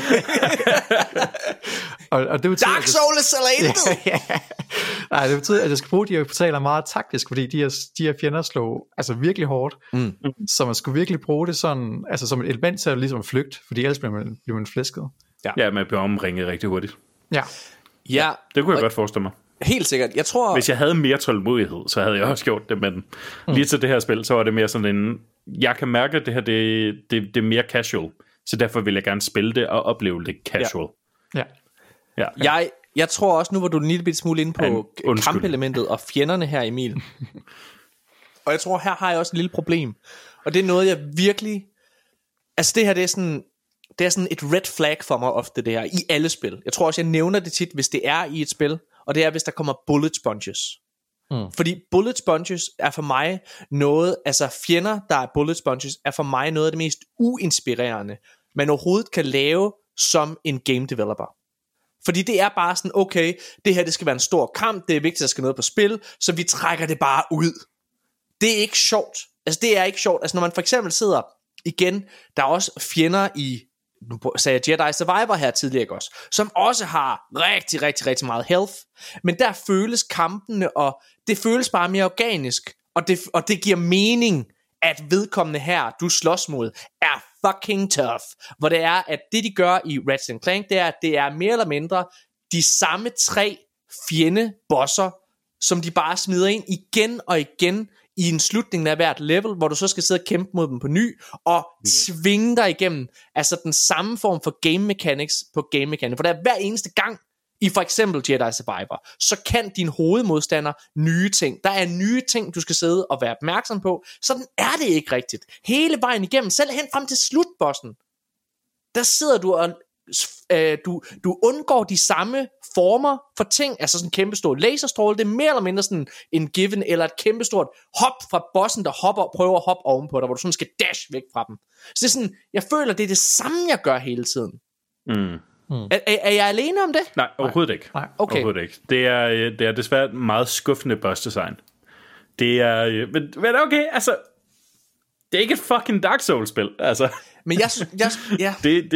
og det betyder, Dark Souls eller intet! Nej, det betyder, at jeg skal bruge de her portaler meget taktisk, fordi de her fjender slår altså virkelig hårdt. Så man skulle virkelig bruge det sådan, altså som et element til at ligesom flygte, fordi ellers bliver man flæsket. Ja, man bliver omringet rigtig hurtigt. Ja, det kunne jeg godt forestille mig. Helt sikkert. Jeg tror... Hvis jeg havde mere tålmodighed, så havde jeg også gjort det, men lige til det her spil, så var det mere sådan en... Jeg kan mærke, at det her det er mere casual, så derfor vil jeg gerne spille det og opleve det casual. Ja. Jeg tror også, nu var du en lille smule inde på kampelementet og fjenderne her, Emil. Og jeg tror, her har jeg også et lille problem. Og det er noget, jeg virkelig... Altså det her, det er sådan et red flag for mig ofte, det her, i alle spil. Jeg tror også, jeg nævner det tit, hvis det er i et spil, og det er, hvis der kommer bullet sponges. Fordi bullet sponges er for mig noget, altså fjender, der er bullet sponges, er for mig noget af det mest uinspirerende, man overhovedet kan lave som en game developer. Fordi det er bare sådan, okay, det her det skal være en stor kamp, det er vigtigt, at der skal noget på spil, så vi trækker det bare ud. Det er ikke sjovt. Altså det er ikke sjovt. Altså når man for eksempel sidder, igen, der er også fjender i, nu sagde jeg Jedi Survivor her tidligere, ikke også, som også har rigtig, rigtig, rigtig meget health, men der føles kampene, og det føles bare mere organisk, og det giver mening, at vedkommende her, du slås mod, er fucking tough. Hvor det er, at det de gør i Ratchet & Clank, det er, at det er mere eller mindre de samme 3 fjendebosser, som de bare smider ind igen og igen i en slutning af hvert level, hvor du så skal sidde og kæmpe mod dem på ny, og tvinge dig igennem, altså den samme form for game mechanics på game mechanics, for der er hver eneste gang, i for eksempel Jedi Survivor, så kan din hovedmodstander nye ting. Der er nye ting, du skal sidde og være opmærksom på. Sådan er det ikke rigtigt. Hele vejen igennem, selv hen frem til slutbossen, der sidder du og du undgår de samme former for ting, altså sådan en kæmpestor laserstråle, det er mere eller mindre sådan en given, eller et kæmpestort hop fra bossen, der prøver at hoppe ovenpå dig, hvor du sådan skal dash væk fra dem. Så det er sådan, jeg føler, det er det samme, jeg gør hele tiden. Er jeg alene om det? Nej, overhovedet ikke. Nej. Okay. Overhovedet ikke. Det er desværre meget skuffende boss design. Det er, men okay, altså, det er ikke et fucking Dark Souls spil, altså. Men ja. Det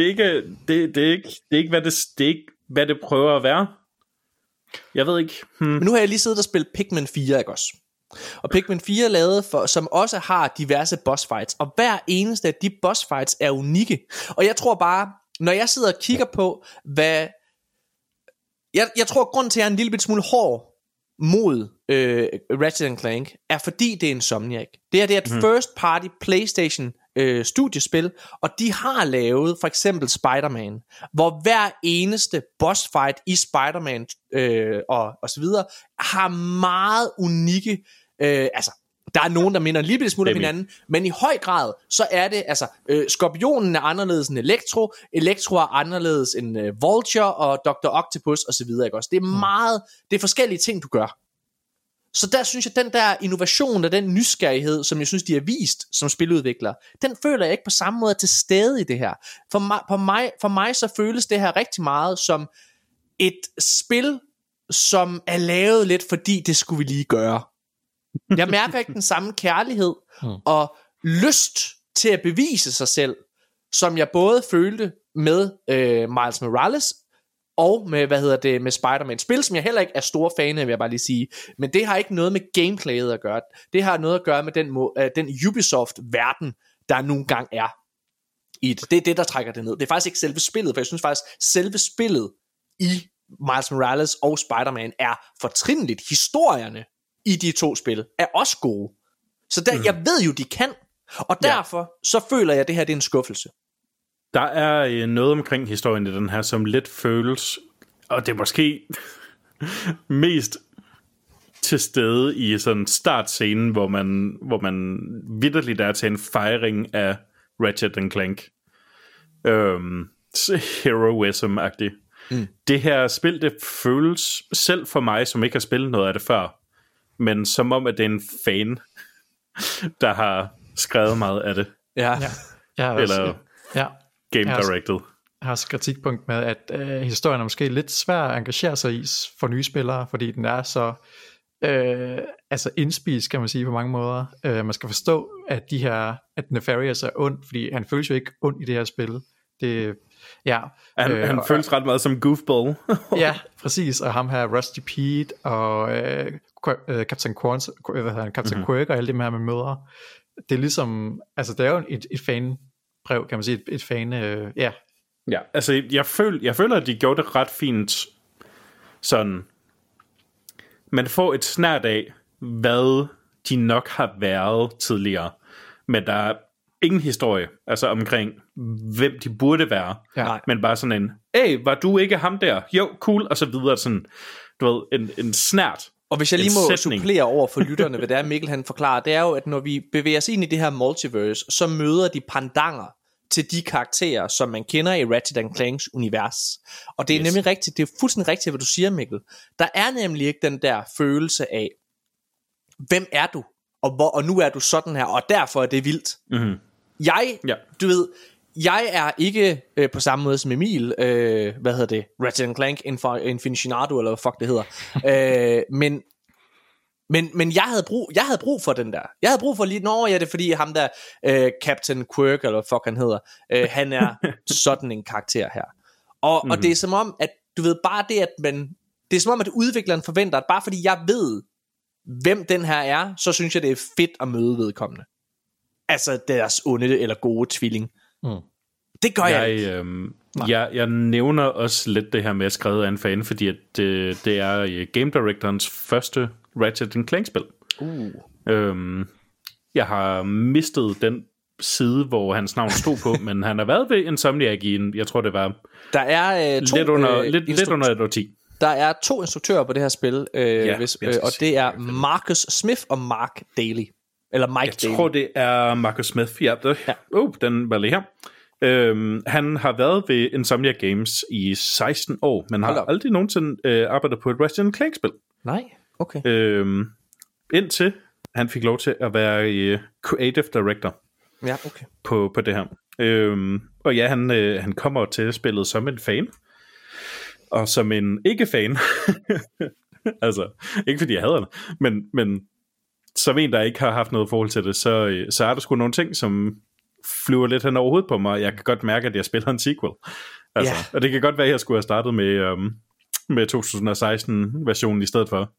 er ikke hvad det prøver at være. Jeg ved ikke. Men nu har jeg lige siddet og spillet Pikmin 4, ikke også? Og Pikmin 4 er lavet som også har diverse boss fights, og hver eneste af de boss fights er unikke. Og jeg tror bare, når jeg sidder og kigger på, hvad... Jeg tror, grunden til, at jeg er en lille smule hård mod Ratchet & Clank, er fordi det er Insomniac. Det er et first party PlayStation studiespil, og de har lavet for eksempel Spider-Man, hvor hver eneste boss fight i Spider-Man og så videre har meget unikke, altså der er nogen, der minder en lille smule om hinanden, men i høj grad, så er det, altså, Skorpionen er anderledes end Electro er anderledes end Vulture og Dr. Octopus og så videre, ikke også? Det er meget, det er forskellige ting, du gør. Så der synes jeg, den der innovation og den nysgerrighed, som jeg synes, de har vist som spiludviklere, den føler jeg ikke på samme måde til stede i det her. For mig så føles det her rigtig meget som et spil, som er lavet lidt, fordi det skulle vi lige gøre. Jeg mærker ikke den samme kærlighed og lyst til at bevise sig selv, som jeg både følte med Miles Morales og med, med Spider-Man. Spil, som jeg heller ikke er stor fan af, vil jeg bare lige sige. Men det har ikke noget med gameplayet at gøre. Det har noget at gøre med den Ubisoft-verden, der nogle gang er i det. Det er det, der trækker det ned. Det er faktisk ikke selve spillet, for jeg synes faktisk, selve spillet i Miles Morales og Spider-Man er fortrindeligt. Historierne i de to spil er også gode. Så der, jeg ved jo, de kan. Og derfor så føler jeg, at det her det er en skuffelse. Der er noget omkring historien i den her, som lidt føles, og det er måske mest til stede i sådan startscenen, hvor man vitterligt er til en fejring af Ratchet & Clank. Heroism-agtigt. Det her spil, det føles selv for mig, som ikke har spillet noget af det før, men som om, at det er en fan, der har skrevet meget af det. Ja. Eller game directed. Jeg har også kritikpunkt med, at historien er måske lidt svær at engagere sig i for nye spillere, fordi den er så indspist, kan man sige på mange måder. Man skal forstå, at Nefarious er ond, fordi han føles jo ikke ond i det her spil. Han føles ret meget som goofball. Ja, præcis. Og ham her, Rusty Pete og Captain Quirk og alle dem her med mødre. Det er ligesom, altså det er jo et fanbrev, kan man sige, et fan, Ja, altså jeg føler, at de gjorde det ret fint sådan. Man får et snært af, hvad de nok har været tidligere, men der er ingen historie, altså omkring, hvem de burde være, men bare sådan en, hey, var du ikke ham der? Jo, cool, og så videre, sådan, du ved, en snært. Og hvis jeg lige må supplere over for lytterne, hvad det er, Mikkel han forklarer, det er jo, at når vi bevæger os ind i det her multiverse, så møder de pandanger til de karakterer, som man kender i Ratchet & Clanks univers. Og det er nemlig rigtigt, det er fuldstændig rigtigt, hvad du siger, Mikkel. Der er nemlig ikke den der følelse af, hvem er du? Og nu er du sådan her, og derfor er det vildt. Mm-hmm. Du ved, jeg er ikke på samme måde som Emil, Ratchet & Clank Infinito, eller hvad fuck det hedder. Men jeg havde brug for den der. Jeg havde brug for lige, det er fordi ham der Captain Quirk, eller hvad fuck han hedder, han er sådan en karakter her. Og det er som om, at du ved, bare det, det er som om, at udvikleren forventer, at bare fordi jeg ved, hvem den her er, så synes jeg, det er fedt at møde vedkommende. Altså deres onde eller gode tvilling. Det gør jeg ikke. Jeg nævner også lidt det her med skrevet af en fan, fordi at det er game directorens første Ratchet & Clank spil. Jeg har mistet den side, hvor hans navn stod på, men han har været ved Insomniac i jeg tror det var der er lidt under et årti. Der er 2 instruktører på det her spil, og det er Marcus Smith og Mark Daly. Eller Mike Daly. Jeg tror, det er Marcus Smith. Den var lige her. Han har været ved Insomniac Games i 16 år, men har aldrig nogensinde arbejdet på et Ratchet & Clank-spil. Nej, okay. Indtil han fik lov til at være creative director på det her. Og ja, han kommer til spillet som en fan, og som en ikke-fan. Altså, ikke fordi jeg hader det, men som en, der ikke har haft noget forhold til det, så er der sgu nogle ting, som flyver lidt hen over hovedet på mig. Jeg kan godt mærke, at jeg spiller en sequel. Altså, og det kan godt være, at jeg skulle have startet med 2016-versionen i stedet for.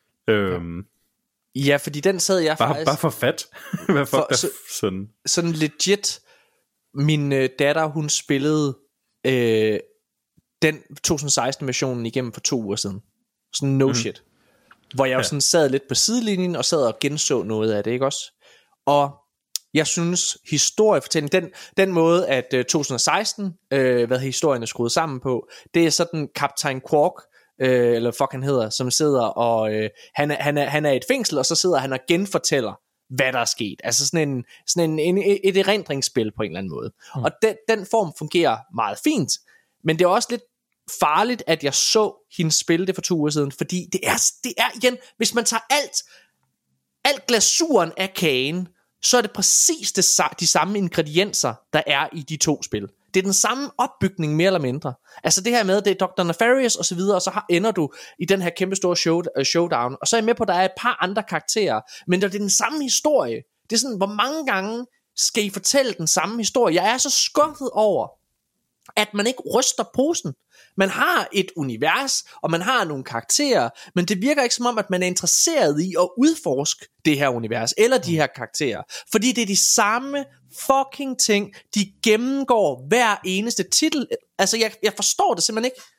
Ja, fordi den sad jeg faktisk... Bare for fat. Hvad fuck sådan legit, min datter, hun spillede den 2016-versionen igennem for 2 uger siden. Sådan no shit. Hvor jeg jo sådan sad lidt på sidelinjen og sad og genså noget af det, ikke også? Og jeg synes, historiefortælling, den måde, at 2016, historien er skruet sammen på, det er sådan Kaptajn Quark, eller fuck han hedder, som sidder og han er i et fængsel, og så sidder han og genfortæller, hvad der er sket. Altså sådan et erindringsspil på en eller anden måde. Og den form fungerer meget fint, men det er også lidt farligt, at jeg så hende spille det for 2 uger siden, fordi det er igen, hvis man tager alt glasuren af kagen, så er det præcis de samme ingredienser, der er i de 2 spil. Det er den samme opbygning, mere eller mindre. Altså det her med, det er Dr. Nefarious og så videre, og så ender du i den her kæmpe store showdown, og så er jeg med på, at der er et par andre karakterer, men det er den samme historie. Det er sådan, hvor mange gange skal I fortælle den samme historie? Jeg er så skuffet over, at man ikke ryster posen. Man har et univers, og man har nogle karakterer, men det virker ikke som om, at man er interesseret i at udforske det her univers, eller de her karakterer. Fordi det er de samme fucking ting, de gennemgår hver eneste titel. Altså, jeg forstår det simpelthen ikke.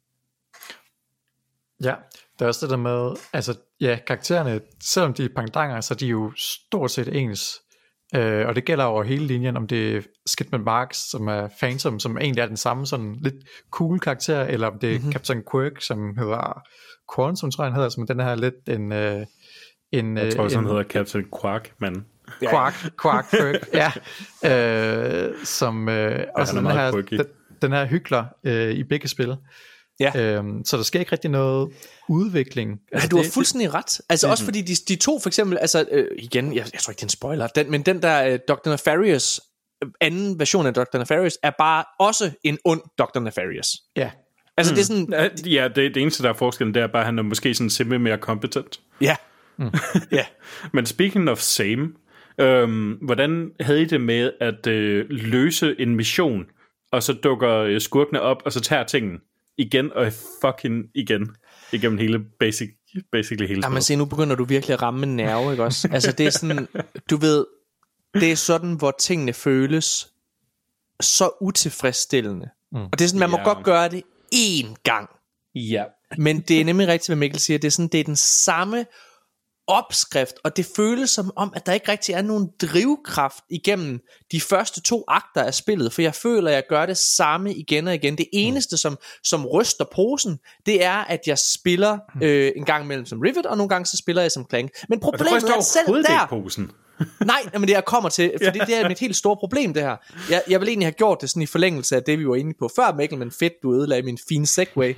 Ja, der er også det der med, altså, ja, karaktererne, selvom de er pendanger, så de er jo stort set ens. Og det gælder over hele linjen, om det er Skidman Marks, som er Phantom, som egentlig er den samme sådan lidt cool karakter, eller om det er Captain Quirk, som hedder Quantum, tror jeg han hedder, som den her lidt jeg tror også han hedder Captain Quark, men Quark Quirk, ja, som også den her hykler i begge spil. Ja. Så der sker ikke rigtig noget udvikling. Altså, du har fuldstændig ret. Altså også fordi de 2 for eksempel, altså igen, jeg tror ikke det er en spoiler, men den der Dr. Nefarious, anden version af Dr. Nefarious, er bare også en ond Dr. Nefarious. Ja. Altså det er sådan... Ja, det eneste der er forskellen, det er bare, at han er måske sådan simpelthen mere competent. Ja. Ja. Men speaking of same, hvordan havde I det med at løse en mission, og så dukker skurkene op, og så tager tingene igen og fucking igen igennem hele basically hele. Jamen se, nu begynder du virkelig at ramme en nerve, ikke også? Altså det er sådan, du ved, det er sådan, hvor tingene føles så utilfredsstillende. Og det er sådan, man må godt gøre det én gang. Ja. Men det er nemlig rigtigt, hvad Mikkel siger. Det er sådan, det er den samme opskrift, og det føles som om, at der ikke rigtig er nogen drivkraft igennem de første 2 akter af spillet, for jeg føler, at jeg gør det samme igen og igen. Det eneste, som ryster posen, det er, at jeg spiller en gang imellem som Rivet, og nogle gange så spiller jeg som Clank. Men problemet er selv der... Posen. Nej, men det jeg kommer til, fordi det er mit helt store problem, det her. Jeg ville egentlig have gjort det sådan i forlængelse af det, vi var inde på før, Mikkel, men fedt, du ødelagde min fine segway.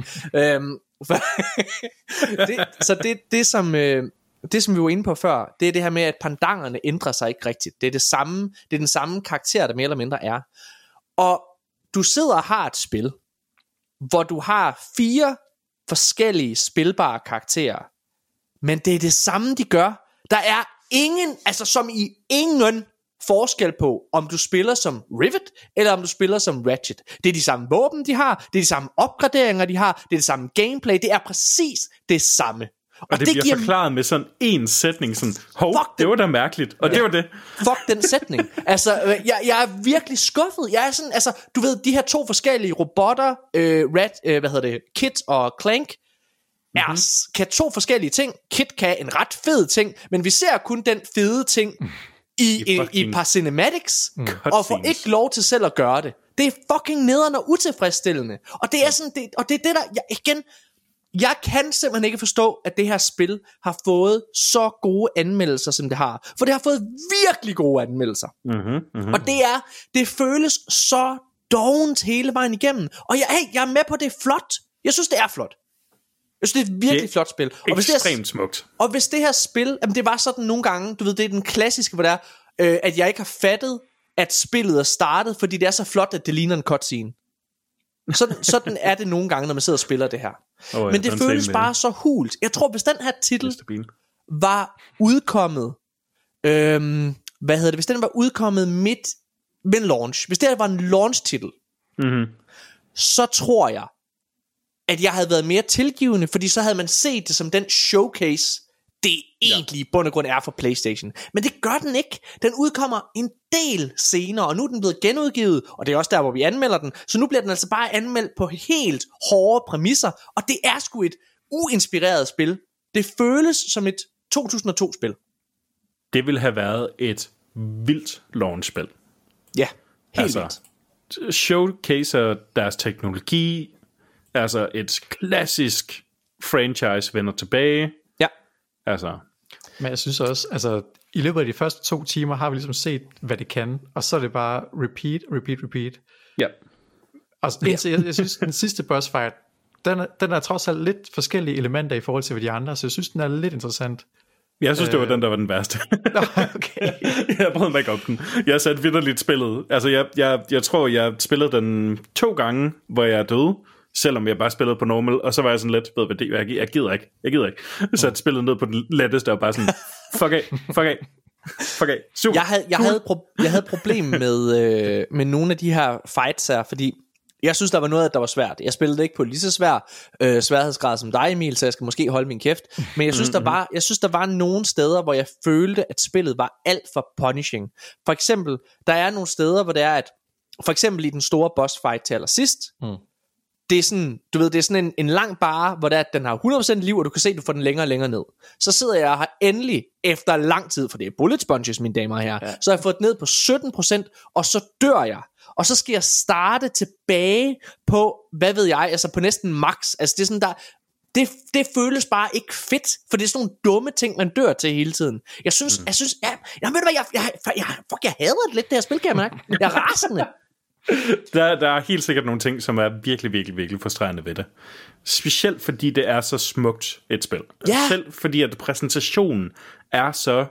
Det som vi var inde på før, det er det her med, at pendanterne ændrer sig ikke rigtigt. Det er den samme karakter, der mere eller mindre er. Og du sidder og har et spil, hvor du har 4 forskellige spilbare karakterer, men det er det samme, de gør. Der er ingen, altså som i ingen forskel på, om du spiller som Rivet, eller om du spiller som Ratchet. Det er de samme våben, de har, det er de samme opgraderinger, de har, det er det samme gameplay, det er præcis det samme. Og det bliver forklaret med sådan en sætning, sådan, det var da mærkeligt, og det var det. Fuck den sætning. Altså, jeg er virkelig skuffet. Jeg er sådan, altså, du ved, de her 2 forskellige robotter, Kit og Clank, kan 2 forskellige ting. Kit kan en ret fed ting, men vi ser kun den fede ting i et par cinematics, og får ikke lov til selv at gøre det. Det er fucking nederen og utilfredsstillende. Og det er sådan det, og det er det der jeg kan simpelthen ikke forstå, at det her spil har fået så gode anmeldelser, som det har. For det har fået virkelig gode anmeldelser. Og det føles så dovent hele vejen igennem. Og jeg er med på, det er flot. Jeg synes, det er flot. Jeg synes, det er et virkelig flot spil. Og ekstremt smukt. Og hvis det her spil, jamen det var sådan nogle gange, du ved, det er den klassiske, hvor det er, at jeg ikke har fattet, at spillet er startet, fordi det er så flot, at det ligner en cutscene. Sådan er det nogle gange, når man sidder og spiller det her. Men det føles bare så hult. Jeg tror, hvis den her titel var udkommet, hvis den var udkommet midt ved en launch, hvis det her var en launch-titel, så tror jeg, at jeg havde været mere tilgivende, fordi så havde man set det som den showcase, det egentlig i bund og grund er for PlayStation. Men det gør den ikke. Den udkommer en del senere, og nu er den blevet genudgivet, og det er også der, hvor vi anmelder den. Så nu bliver den altså bare anmeldt på helt hårde præmisser, og det er sgu et uinspireret spil. Det føles som et 2002-spil. Det ville have været et vildt launch-spil. Ja, helt vildt. Showcaser deres teknologi, altså et klassisk franchise vender tilbage. Ja. Altså. Men jeg synes også, altså i løbet af de første 2 timer har vi ligesom set, hvad det kan, og så er det bare repeat. Ja. Og jeg synes, den sidste boss fight, den er trods alt lidt forskellige elementer i forhold til de andre, så jeg synes, den er lidt interessant. Jeg synes, det var den, der var den værste. Okay. Jeg brød mig ikke om den. Jeg satte vitterligt spillet. Altså, jeg tror, jeg spillede den 2 gange, hvor jeg døde, selvom jeg bare spillede på normal, og så var jeg sådan lidt, jeg gider ikke. Jeg satte spillet ned på den letteste, og bare sådan, fuck af. Super. Jeg havde problem med nogle af de her fights her, fordi jeg synes, der var noget, der var svært. Jeg spillede ikke på lige så svær sværhedsgrad som dig, Emil, så jeg skal måske holde min kæft. Men jeg synes, der var nogle steder, hvor jeg følte, at spillet var alt for punishing. For eksempel, der er nogle steder, hvor det er, at for eksempel i den store boss fight til allersidst, det er sådan, du ved, det er sådan en lang barre, hvor det er, at den har 100% liv, og du kan se, at du får den længere og længere ned. Så sidder jeg her endelig, efter lang tid, for det er bullet sponges, mine damer og herrer, så har jeg fået den ned på 17%, og så dør jeg. Og så skal jeg starte tilbage på, hvad ved jeg, altså på næsten max. Altså det er sådan der, det føles bare ikke fedt, for det er sådan nogle dumme ting, man dør til hele tiden. Jeg synes, ved du hvad, jeg hader det lidt, det her spil, kan jeg mærke. Jeg er rasende. Der er helt sikkert nogle ting, som er virkelig, virkelig, virkelig frustrerende ved det. Specielt fordi det er så smukt et spil. Ja. Selv fordi at præsentationen er så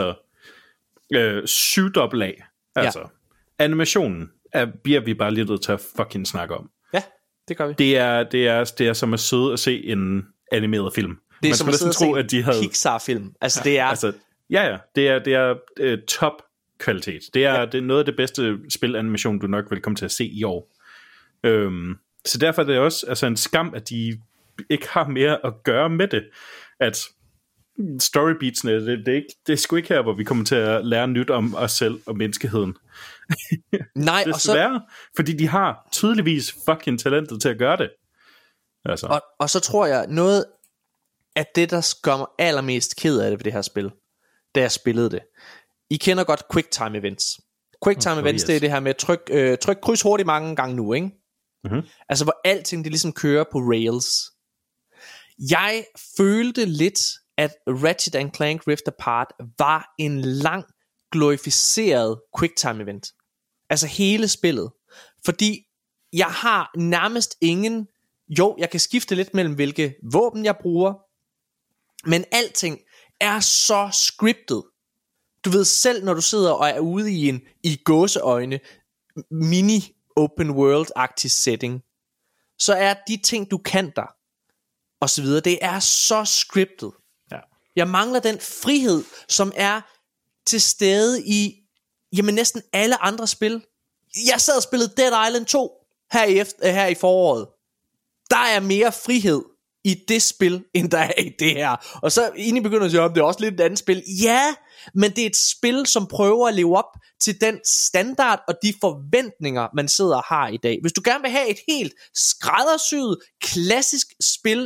syvdobbelt af. Altså animationen bliver vi bare lidt nødt til at fucking snakke om. Ja, det gør vi. Det er som at sidde og se en animeret film. Det er man som at sidde og se at de havde Pixar-film. Altså det er... Altså, det er top kvalitet. Det er noget af det bedste spilanimation, du nok vil komme til at se i år. Så derfor er det også altså en skam, at de ikke har mere at gøre med det. At storybeatsene, det er sgu ikke her, hvor vi kommer til at lære nyt om os selv og menneskeheden. Nej, desværre, fordi de har tydeligvis fucking talentet til at gøre det. Altså. Og så tror jeg, noget af det, der gør mig allermest ked af det ved det her spil, da jeg spillede det. I kender godt QuickTime Events. QuickTime Events, det er det her med tryk kryds hurtigt mange gange nu, ikke? Mm-hmm. Altså hvor alting det ligesom kører på rails. Jeg følte lidt, at Ratchet & Clank Rift Apart var en lang, glorificeret QuickTime Event. Altså hele spillet. Fordi jeg har nærmest ingen... Jo, jeg kan skifte lidt mellem hvilke våben jeg bruger, men alting er så scriptet. Du ved selv, når du sidder og er ude i gåseøjne mini open world-agtig setting, så er de ting, du kan der, og så videre, det er så scriptet. Ja. Jeg mangler den frihed, som er til stede i næsten alle andre spil. Jeg sad og spillede Dead Island 2 her i foråret. Der er mere frihed i det spil, end der er i det her. Og så inden I begynder at sige, det er også lidt et andet spil. Ja, men det er et spil, som prøver at leve op til den standard og de forventninger, man sidder og har i dag. Hvis du gerne vil have et helt skræddersyet, klassisk spil,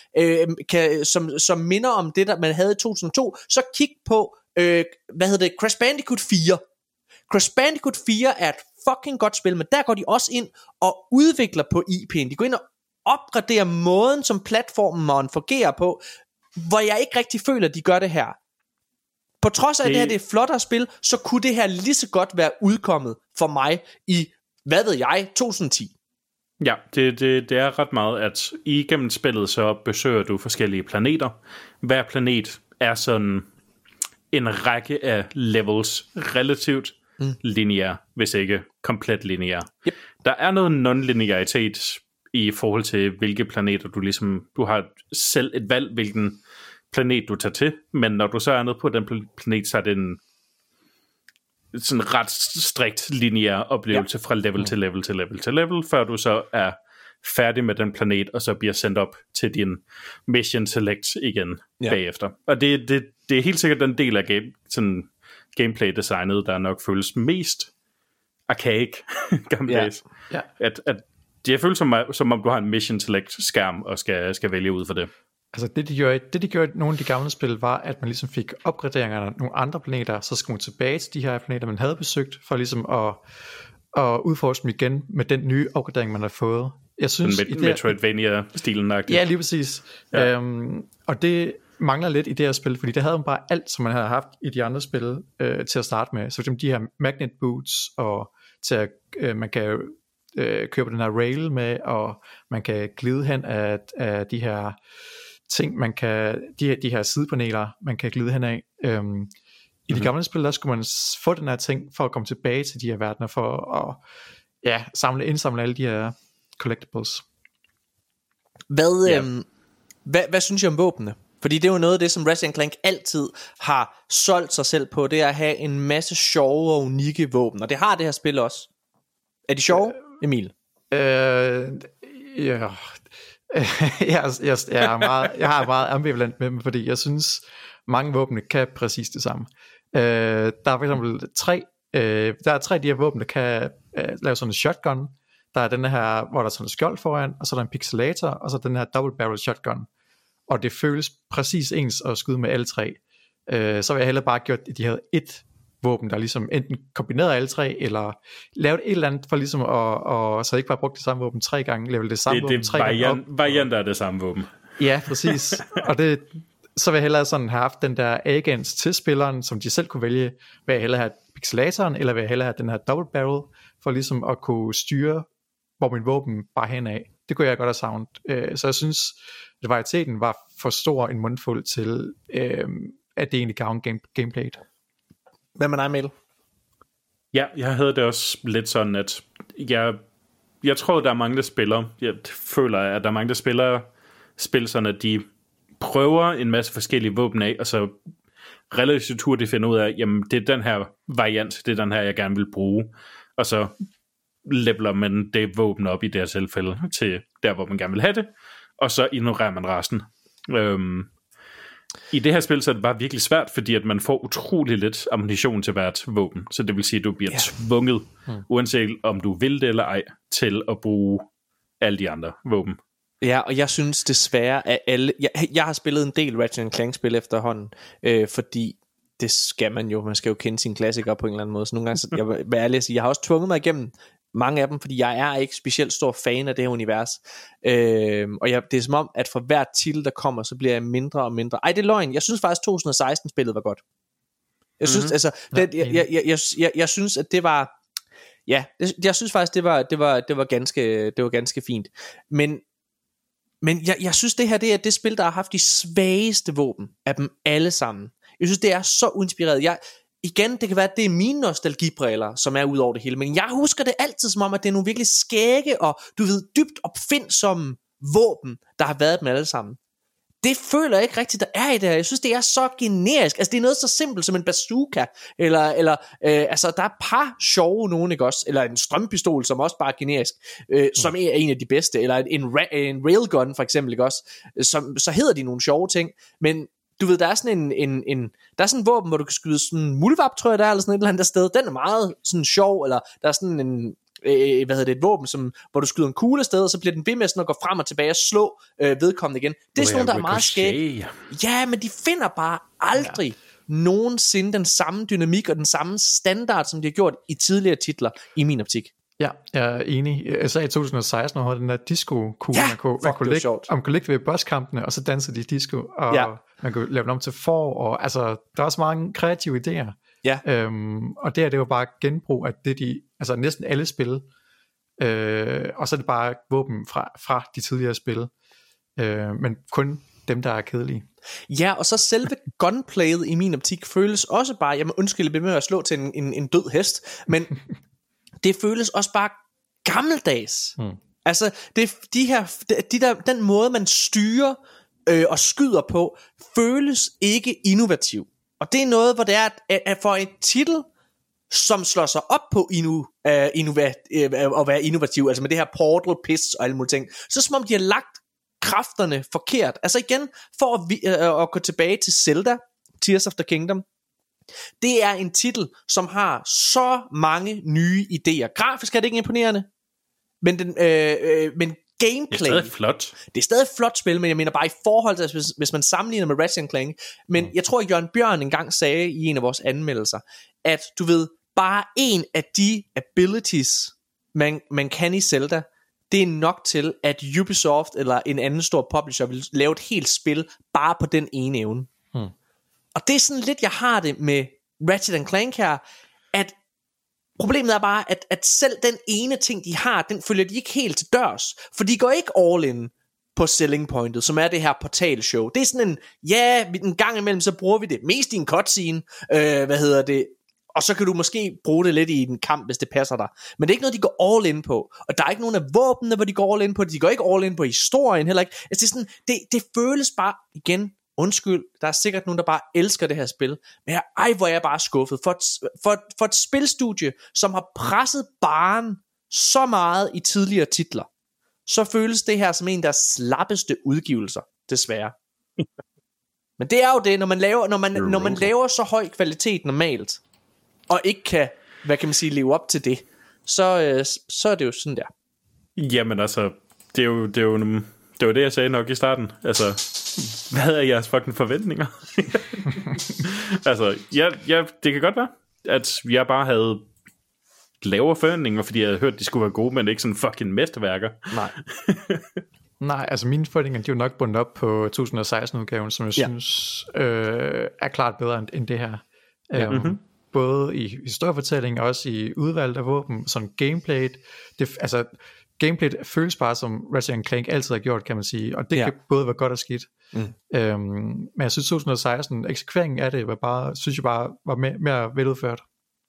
som minder om det, der man havde i 2002, så kig på, Crash Bandicoot 4. Crash Bandicoot 4 er et fucking godt spil, men der går de også ind og udvikler på IP'en. De går ind og opgraderer måden, som platformen fungerer på, hvor jeg ikke rigtig føler, at de gør det her. På trods af, at det her det er et flottere spil, så kunne det her lige så godt være udkommet for mig i, 2010. Ja, det er ret meget, at igennem spillet så besøger du forskellige planeter. Hver planet er sådan en række af levels, relativt lineær, hvis ikke komplet lineær. Yep. Der er noget non-linearitet i forhold til, hvilke planeter du har selv et valg, hvilken planet du tager til, men når du så er nede på den planet, så er det en sådan ret strikt lineær oplevelse fra level til level til level til level, før du så er færdig med den planet, og så bliver sendt op til din mission select igen bagefter. Og det er helt sikkert den del af gameplay-designet, der nok føles mest archaic gammeldags. Ja. At det føles som om du har en mission select skærm og skal vælge ud for det. Altså det de gjorde i nogle af de gamle spil, var at man ligesom fik opgraderinger af nogle andre planeter, så skulle man tilbage til de her planeter, man havde besøgt, for ligesom at udforske dem igen med den nye opgradering, man har fået. Jeg synes, Metroidvania-stilen. Ja, lige præcis. Ja. Og det mangler lidt i det her spil, fordi det havde man bare alt, som man havde haft i de andre spil til at starte med. Så for eksempel de her magnet boots, og til at man kan køre på den her rail med, og man kan glide hen af de her ting, man kan, de her sidepaneler, man kan glide hen af. I de gamle spil, der skulle man få den her ting, for at komme tilbage til de her verdener, for at indsamle alle de her collectibles. Hvad synes I om våbnene? Fordi det er jo noget af det, som Ratchet & Clank altid har solgt sig selv på, det er at have en masse sjove og unikke våben, og det har det her spil også. Er de sjove, Emil? Ja. Jeg har meget ambivalent med dem, fordi jeg synes mange våben kan præcis det samme. Der er for eksempel tre af de her våben, der kan lave sådan en shotgun. Der er den her, hvor der er sådan en skjold foran, og så er der en pixelator, og så den her double barrel shotgun, og det føles præcis ens at skyde med alle tre. Så vil jeg hellere bare gjort, at de havde et våben, der ligesom enten kombineret alle tre, eller lavet et eller andet for ligesom så ikke bare brugt det samme våben 3 gange, level det samme våben 3 gange. Varianter af det samme våben. Ja, præcis. Og så vil jeg hellere sådan have haft den der agents til spilleren, som de selv kunne vælge, vil jeg hellere have pixelatoren, eller vil jeg hellere have den her double barrel, for ligesom at kunne styre, hvor min våben bare hen af. Det kunne jeg godt have savnet. Så jeg synes, at varieteten var for stor en mundfuld til, at det egentlig gavnede gameplayet. Hvad med dig, Mikkel? Ja, jeg havde det også lidt sådan, at jeg tror, der er mange, der spiller. Jeg føler, at der er mange, der spiller sådan, at de prøver en masse forskellige våben af, og så relativt hurtigt finder ud af, jamen, det er den her variant, det er den her, jeg gerne vil bruge. Og så leveler man det våben op i det her tilfælde til der, hvor man gerne vil have det, og så ignorerer man resten. I det her spil, så er det bare virkelig svært, fordi at man får utrolig lidt ammunition til hvert våben, så det vil sige, at du bliver tvunget, uanset om du vil det eller ej, til at bruge alle de andre våben. Ja, og jeg synes desværre, at jeg har spillet en del Ratchet & Clank-spil efterhånden, fordi det skal man skal jo kende sine klassikere på en eller anden måde, så nogle gange, jeg vil ærlig at sige, jeg har også tvunget mig igennem mange af dem, fordi jeg er ikke specielt stor fan af det her univers, og det er som om, at for hvert titel der kommer, så bliver jeg mindre og mindre. Ej, det er løgn, jeg synes faktisk 2016 spillet var godt. Jeg synes jeg synes at det var, jeg synes faktisk det var ganske fint, men jeg synes det her, det er det spil, der har haft de svageste våben af dem alle sammen. Jeg synes det er så uinspireret. Igen, det kan være, at det er mine nostalgibriller, som er ud over det hele, men jeg husker det altid som om, at det er nogle virkelig skægge og, du ved, dybt opfindsomme våben, der har været dem alle sammen. Det føler jeg ikke rigtigt, der er i det her. Jeg synes, det er så generisk. Altså, det er noget så simpelt som en bazooka, eller altså, der er et par sjove nogen, ikke også? Eller en strømpistol, som også bare er generisk, som er en af de bedste, eller en railgun, for eksempel, ikke også? Så hedder de nogle sjove ting, men du ved, der er sådan der er sådan en våben, hvor du kan skyde sådan en muldvarp, tror jeg, der er, eller sådan et eller andet sted. Den er meget sådan sjov, eller der er sådan et våben, hvor du skyder en kugle afsted, og så bliver den ved med sådan at gå frem og tilbage og slå vedkommende igen. Det er sådan nogle, der er meget skægt. Ja, men de finder bare aldrig nogensinde den samme dynamik og den samme standard, som de har gjort i tidligere titler, i min optik. Ja, jeg er enig. Jeg sagde i 2016, hvor den der disco-kugle, man kunne ligge ved bosskampene, og så danser de disco, og man kunne lave dem om til og altså, der er også mange kreative idéer. Ja. Og det var bare genbrug af det, altså næsten alle spil, og så er det bare våben fra de tidligere spil, men kun dem, der er kedelige. Ja, og så selve gunplayet i min optik føles også bare, jeg må undskylde med at slå til en død hest, men det føles også bare gammeldags. Altså, den måde, man styrer og skyder på, føles ikke innovativ. Og det er noget, hvor det er, at for en titel, som slår sig op på at være innovativ, altså med det her Portal, PIS og alle mulige ting, så som om de har lagt kræfterne forkert. Altså igen, for at gå tilbage til Zelda, Tears of the Kingdom, det er en titel, som har så mange nye idéer. Grafisk er det ikke imponerende, men gameplay, det er stadig flot. Det er stadig et flot spil, men jeg mener bare i forhold til, hvis man sammenligner med Ratchet & Clank. Men jeg tror, Jørgen Bjørn engang sagde i en af vores anmeldelser, at du ved, bare en af de abilities, man kan i Zelda, det er nok til, at Ubisoft eller en anden stor publisher vil lave et helt spil bare på den ene evne. Og det er sådan lidt, jeg har det med Ratchet & Clank her, at problemet er bare, at selv den ene ting, de har, den følger de ikke helt til dørs. For de går ikke all in på selling pointet, som er det her portalshow. Det er sådan en gang imellem, så bruger vi det mest i en cutscene, og så kan du måske bruge det lidt i en kamp, hvis det passer dig. Men det er ikke noget, de går all in på. Og der er ikke nogen af våbnene, hvor de går all in på. De går ikke all in på historien heller ikke. Altså, det er sådan, det føles bare, igen, undskyld, der er sikkert nogen, der bare elsker det her spil, men hvor er jeg bare skuffet for et spilstudie, som har presset barren så meget i tidligere titler, så føles det her som en af deres slappeste udgivelser, desværre. Men det er jo det, når man laver så høj kvalitet normalt, og ikke kan, hvad kan man sige, leve op til det, så er det jo sådan der. Jamen altså, det var det, jeg sagde nok i starten. Altså, hvad er jeres fucking forventninger? Altså, det kan godt være, at jeg bare havde lavere forventninger, fordi jeg havde hørt, at de skulle være gode, men ikke sådan fucking mesterværker. Nej. Nej, altså mine forventninger, de er jo nok bundet op på 2016-udgaven, som jeg synes er klart bedre end det her. Både i historiefortælling og også i udvalg af våben, sådan gameplayet. Gameplayet føles bare som Ratchet & Clank altid har gjort, kan man sige, og det kan både være godt og skidt. Men jeg synes 2016, eksekveringen af det synes jeg bare var mere veludført.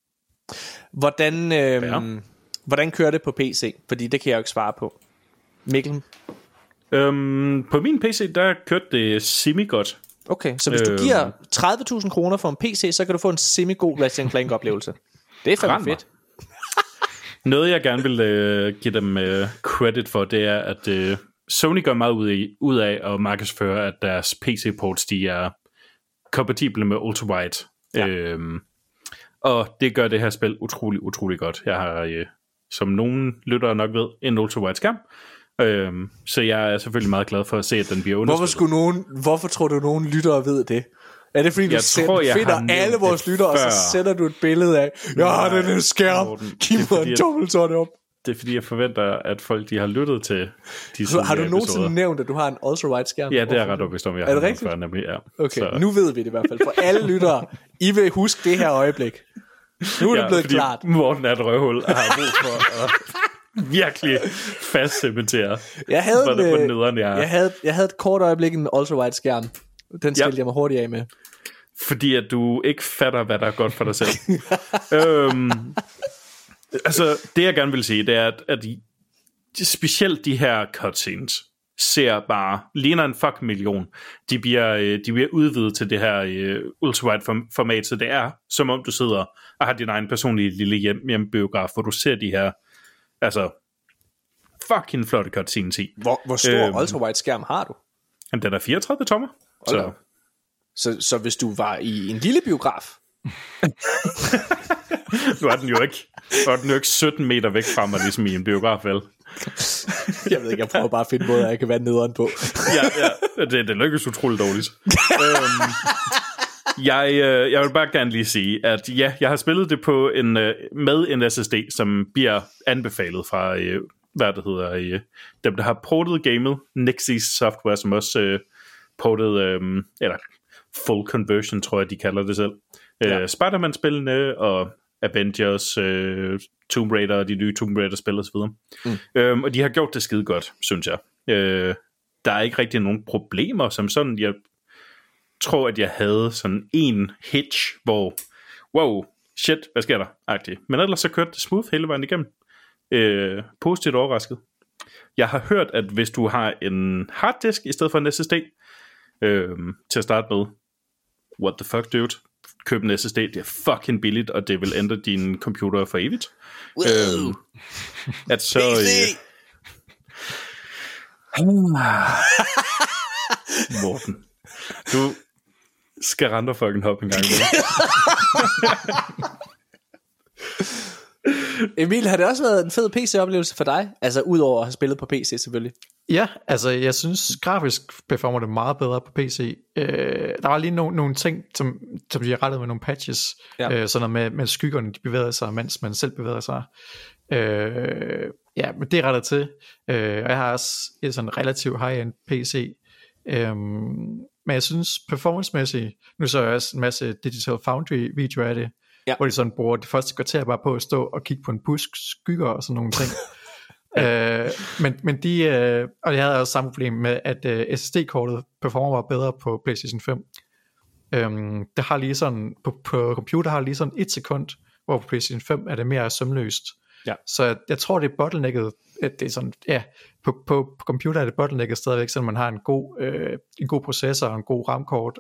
Hvordan kører det på PC? Fordi det kan jeg jo ikke svare på. Mikkel? På min PC, der kørte det semi-godt. Okay, så hvis du giver 30.000 kroner for en PC, så kan du få en semi-god Ratchet & Clank oplevelse. Det er fandme fedt. Noget jeg gerne vil give dem credit for, det er, at Sony gør meget ud af at markedsføre, at deres PC-ports, de er kompatible med ultrawide. Ja. Og det gør det her spil utrolig, utrolig godt. Jeg har, som nogen lyttere nok ved, en ultrawide skærm. Så jeg er selvfølgelig meget glad for at se, at den bliver understøttet. Hvorfor tror du, nogen lyttere ved det? Er det fordi, du finder alle vores lyttere, og så sender du et billede af, den er skærm, giv mig en dobbeltånd op. Det er fordi, jeg forventer, at folk de har lyttet til de tidligere Har du nogensinde nævnt, at du har en ultra-wide skærm? Ja, det er ret opvist om, jeg har det rigtigt? Før, nemlig, ja. Okay, så. Nu ved vi det i hvert fald. For alle lyttere, I vil huske det her øjeblik. Nu er det blevet klart. Morten er et røvhul, og har brug for at virkelig fastcementere. Jeg havde et kort øjeblik en ultra-wide skærm. Den skilte jeg mig hurtigt af med. Fordi at du ikke fatter, hvad der er godt for dig selv. Altså, det jeg gerne vil sige, det er, at specielt de her cutscenes, ser bare, ligner en fucking million. De bliver udvidet til det her ultrawide format, så det er, som om du sidder og har din egen personlige lille hjemmebiograf, hvor du ser de her, altså, fucking flotte cutscenes i. Hvor stor ultrawide skærm har du? Den er 34 tommer. Så hvis du var i en lille biograf... Nu er den jo ikke 17 meter væk fra mig, ligesom i en biograf, vel? Jeg ved ikke, jeg prøver bare at finde måder, jeg kan være nederen på. ja, det lykkes utroligt dårligt. Jeg vil bare gerne lige sige, at ja, jeg har spillet det på med en SSD, som bliver anbefalet fra, dem der har portet gamet, Nexus Software, som også portet, eller full conversion, tror jeg, de kalder det selv. Spider-Man-spillene og Avengers, Tomb Raider og de nye Tomb Raider-spil og så videre. Og de har gjort det skide godt, synes jeg. Der er ikke rigtig nogen problemer som sådan. Jeg tror, at jeg havde sådan en hitch, hvor wow, shit, hvad sker der? Agtigt. Men ellers så kørte det smooth hele vejen igennem. Positivt overrasket. Jeg har hørt, at hvis du har en harddisk i stedet for en SSD, til at starte med, what the fuck, dude? Køb en SSD, det er fucking billigt, og det vil ændre din computer for evigt. At så... Morten, du skal rende fucking hoppe en gang med. Emil, har det også været en fed PC-oplevelse for dig? Altså udover at have spillet på PC selvfølgelig. Ja, altså jeg synes grafisk performer det meget bedre på PC. Der var lige nogle ting, som de har rettet med nogle patches. Sådan noget med skyggerne, de bevæger sig, mens man selv bevæger sig. Ja, men det er rettet til. Og jeg har også et sådan relativt high-end PC. Men jeg synes performance-mæssigt, nu så jeg også en masse Digital Foundry videoer af det, hvor de sådan bruger det første kvarter bare på at stå og kigge på en busk, skygger og sådan nogle ting. Men de og jeg havde også samme problem med at SSD-kortet performer var bedre på PlayStation 5. Det har lige sådan på computer har lige sådan 1 sekund, hvor på PlayStation 5 er det mere sømløst. Så jeg tror det er bottlenecket, det er sådan, på computer er det bottlenecket stadigvæk, så man har en god processor og en god RAM-kort.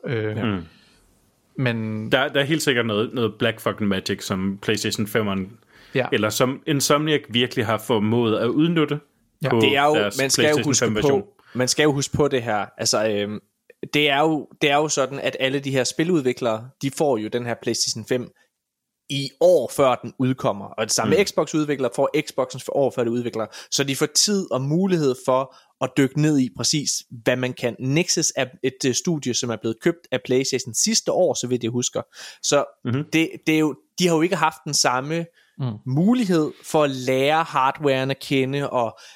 Men der er helt sikkert noget black fucking magic, som PlayStation 5'eren eller som Insomniac virkelig har formået at udnytte på det er jo, deres PlayStation 5 version. Man skal jo huske på det her. Altså, det er jo sådan, at alle de her spiludviklere, de får jo den her PlayStation 5 i år før den udkommer. Og det samme Xbox-udviklere får Xboxen for år før det udvikler. Så de får tid og mulighed for at dykke ned i præcis, hvad man kan. Nexus er et studie, som er blevet købt af PlayStation sidste år, så vidt jeg husker. Så det er jo, de har jo ikke haft den samme mulighed for at lære hardwaren at kende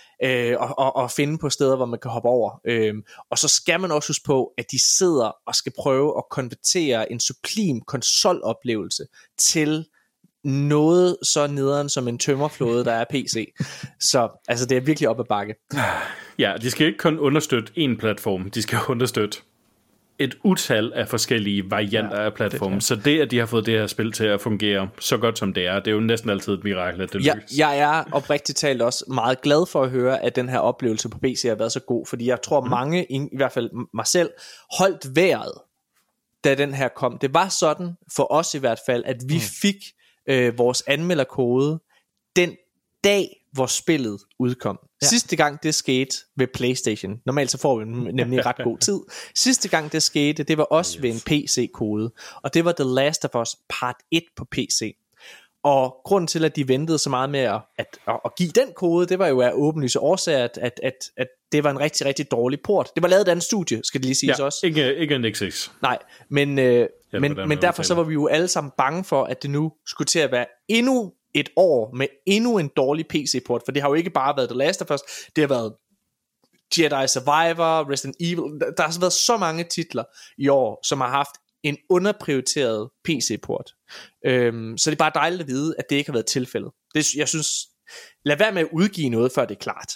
og finde på steder, hvor man kan hoppe over. Og så skal man også huske på, at de sidder og skal prøve at konvertere en sublim konsoloplevelse til noget så nederen som en tømmerflåde, der er PC. Så altså, det er virkelig op ad bakke. Ja, de skal ikke kun understøtte én platform, de skal understøtte et utal af forskellige varianter af platformen. Så det, at de har fået det her spil til at fungere så godt som det er jo næsten altid et mirakel, at det lykkes. Jeg er oprigtigt talt også meget glad for at høre, at den her oplevelse på PC har været så god, fordi jeg tror mange, i hvert fald mig selv, holdt vejret, da den her kom. Det var sådan, for os i hvert fald, at vi fik vores anmelderkode den dag, hvor spillet udkom. Sidste gang det skete ved PlayStation. Normalt så får vi nemlig ret god tid. Sidste gang det skete, det var også ved en PC-kode. Og det var The Last of Us Part 1 på PC. Og grunden til, at de ventede så meget med at give den kode, det var jo af åbenlyse årsager, at det var en rigtig, rigtig dårlig port. Det var lavet af en studie, skal det lige siges også. Ikke en Nexus. Nej, men derfor så var vi jo alle sammen bange for, at det nu skulle til at være endnu et år med endnu en dårlig PC-port, for det har jo ikke bare været The Last of Us, det har været Jedi Survivor, Resident Evil, der har været så mange titler i år, som har haft en underprioriteret PC-port. Så det er bare dejligt at vide, at det ikke har været tilfældet. Jeg synes, lad være med at udgive noget, før det er klart.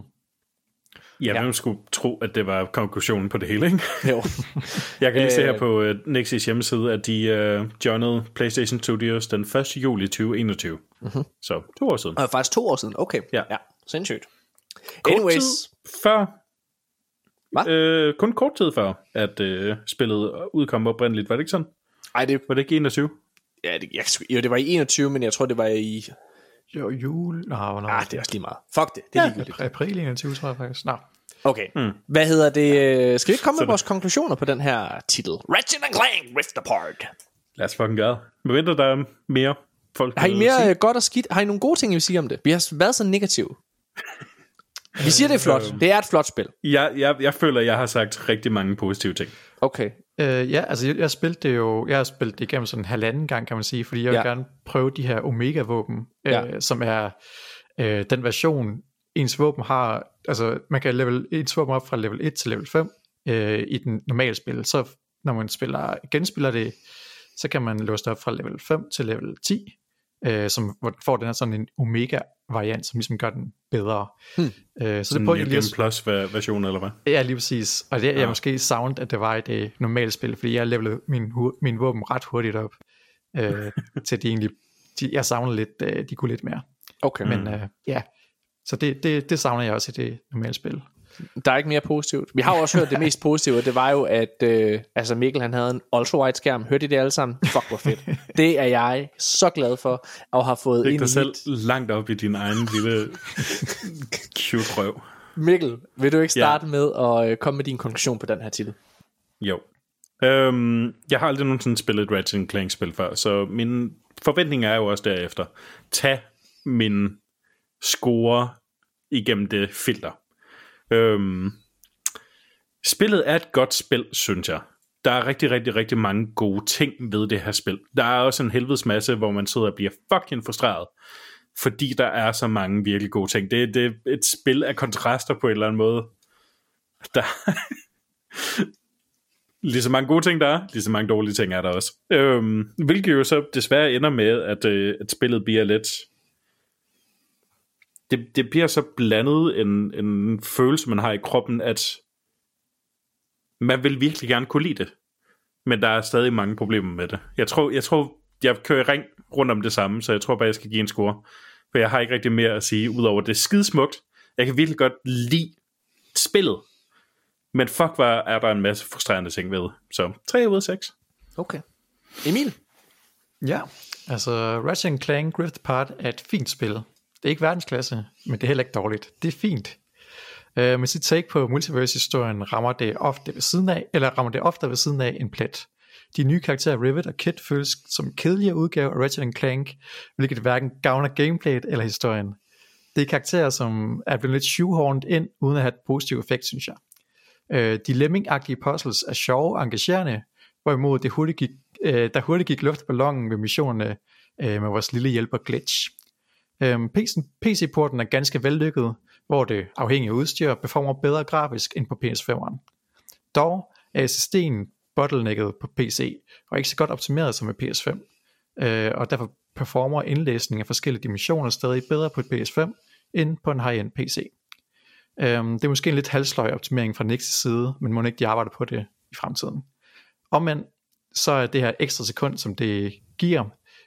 Ja, hvem skulle tro, at det var konklusionen på det hele, ikke? Jo. Jeg kan lige se her på Nexus hjemmeside, at de joinede PlayStation Studios den 1. juli 2021. Så 2 år siden. Og faktisk 2 år siden, okay. Ja. Sindssygt. Anyways. Før Kun kort tid før, at spillet udkom oprindeligt. Var det ikke sådan? Ej, var det ikke 21? Ja, det var i 21, men jeg tror, det var i... jul... det er også lige meget. Fuck det, det er ligegyldigt. April 21, tror jeg faktisk. Okay, hvad hedder det? Skal vi ikke komme med vores konklusioner på den her titel? Ratchet & Clank Rift Apart. Lad os fucking gøre. Men venter der er mere folk. Har I mere godt og skidt? Har I nogle gode ting, I vil sige om det? Vi har været så negative. Vi siger, det er flot. Det er et flot spil. Jeg føler, jeg har sagt rigtig mange positive ting. Okay. Ja, altså jeg har spillet det igennem sådan 1,5 gang, kan man sige, fordi jeg vil gerne prøve de her Omega-våben, som er den version, ens våben har, altså man kan level ens våben op fra level 1 til level 5 i den normale spil, så når man genspiller det, så kan man låse det op fra level 5 til level 10, som får den her sådan en Omega-variant, som ligesom gør den bedre. Så det prøver jeg lige Plus version, eller hvad? Ja, lige præcis. Og det er jeg måske savnet, at det var i det normale spil, fordi jeg levelede min våben ret hurtigt op, til de egentlig, jeg savner lidt, de kunne lidt mere. Okay. Men ja, så det savner jeg også i det normale spil. Der er ikke mere positivt. Vi har jo også hørt det mest positive, det var jo, at Mikkel han havde en ultra-wide skærm. Hørte I det alle sammen? Fuck, hvor fedt. Det er jeg så glad for, at have fået ind i dig selv langt op i din egen lille cute røv. Mikkel, vil du ikke starte med at komme med din konklusion på den her titel? Jo. Jeg har aldrig nogensinde spillet et Ratchet & Clank-spil før, så mine forventninger er jo også derefter. Tag min score igennem det filter. Spillet er et godt spil, synes jeg. Der er rigtig, rigtig, rigtig mange gode ting ved det her spil. Der er også en helvedes masse, hvor man sidder og bliver fucking frustreret, fordi der er så mange virkelig gode ting. Det er et spil af kontraster på en eller anden måde. Der lige så mange gode ting der er, lige så mange dårlige ting er der også. Hvilket jo så desværre ender med, at spillet bliver lidt... Det bliver så blandet en følelse, man har i kroppen, at man vil virkelig gerne kunne lide det. Men der er stadig mange problemer med det. Jeg tror, jeg kører i ring rundt om det samme, så jeg tror bare, jeg skal give en score. For jeg har ikke rigtig mere at sige, udover det er skidesmukt. Jeg kan virkelig godt lide spillet. Men fuck, hvor er der en masse frustrerende ting ved. Så 3 ud af 6. Okay. Emil? Ja, altså Ratchet & Clank Rift Apart er et fint spil. Det er ikke verdensklasse, men det er heller ikke dårligt. Det er fint. Med sit take på multiverse-historien rammer det ofte ved siden af en plet. De nye karakterer Rivet og Kid føles som kedelige udgave af Ratchet & Clank, hvilket hverken gavner gameplayet eller historien. Det er karakterer, som er blevet lidt shoehorned ind, uden at have et positiv effekt, synes jeg. De lemming-agtige puzzles er sjove og engagerende, hvorimod der hurtigt gik luft i ballonen ved missionerne med vores lille hjælper Glitch. PC-porten er ganske vellykket, hvor det afhængig af udstyr performer bedre grafisk end på PS5'eren. Dog er SSD'en bottlenecket på PC og ikke så godt optimeret som med PS5, og derfor performer indlæsning af forskellige dimensioner stadig bedre på et PS5 end på en high-end PC. Det er måske en lidt halvsløj optimering fra Nixes side, men må ikke de arbejder på det i fremtiden. Omvendt så er det her ekstra sekund, som det giver,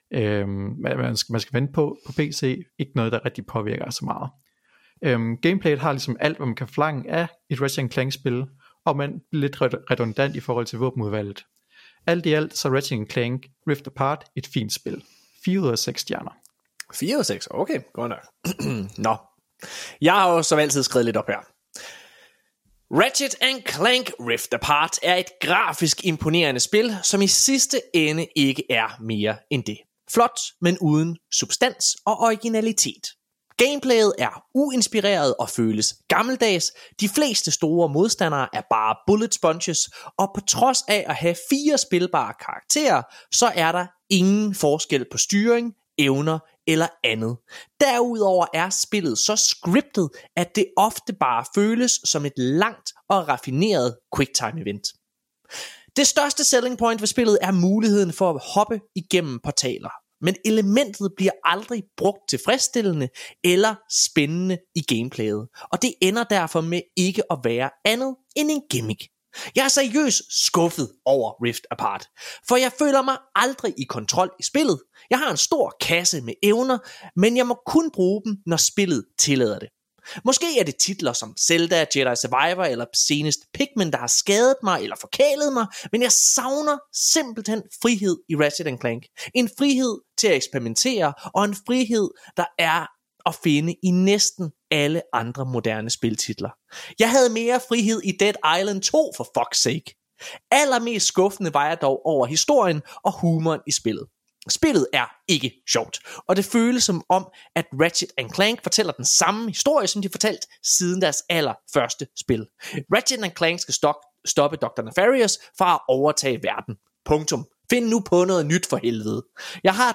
man skal vente på PC, ikke noget der rigtig påvirker så meget. Gameplayet har ligesom alt, hvad man kan forlange af et Ratchet & Clank spil, og man bliver lidt redundant i forhold til våbenudvalget. Alt i alt så er Ratchet & Clank Rift Apart et fint spil. 4 ud af 6 stjerner. 4 ud af 6, okay, godt nok. Nå, jeg har jo som altid skrevet lidt op her. Ratchet & Clank Rift Apart er et grafisk imponerende spil, som i sidste ende ikke er mere end det. Flot, men uden substans og originalitet. Gameplayet er uinspireret og føles gammeldags. De fleste store modstandere er bare bullet sponges, og på trods af at have 4 spilbare karakterer, så er der ingen forskel på styring, evner eller andet. Derudover er spillet så scriptet, at det ofte bare føles som et langt og raffineret quicktime event. Det største selling point ved spillet er muligheden for at hoppe igennem portaler. Men elementet bliver aldrig brugt tilfredsstillende eller spændende i gameplayet, og det ender derfor med ikke at være andet end en gimmick. Jeg er seriøst skuffet over Rift Apart, for jeg føler mig aldrig i kontrol i spillet. Jeg har en stor kasse med evner, men jeg må kun bruge dem, når spillet tillader det. Måske er det titler som Zelda, Jedi Survivor eller senest Pikmin, der har skadet mig eller forkælet mig, men jeg savner simpelthen frihed i Ratchet & Clank. En frihed til at eksperimentere, og en frihed, der er at finde i næsten alle andre moderne spiltitler. Jeg havde mere frihed i Dead Island 2 for fuck's sake. Allermest skuffende var jeg dog over historien og humoren i spillet. Spillet er ikke sjovt, og det føles som om, at Ratchet & Clank fortæller den samme historie, som de fortalte siden deres allerførste spil. Ratchet & Clank skal stoppe Dr. Nefarious fra at overtage verden. Punktum. Find nu på noget nyt for helvede. Jeg har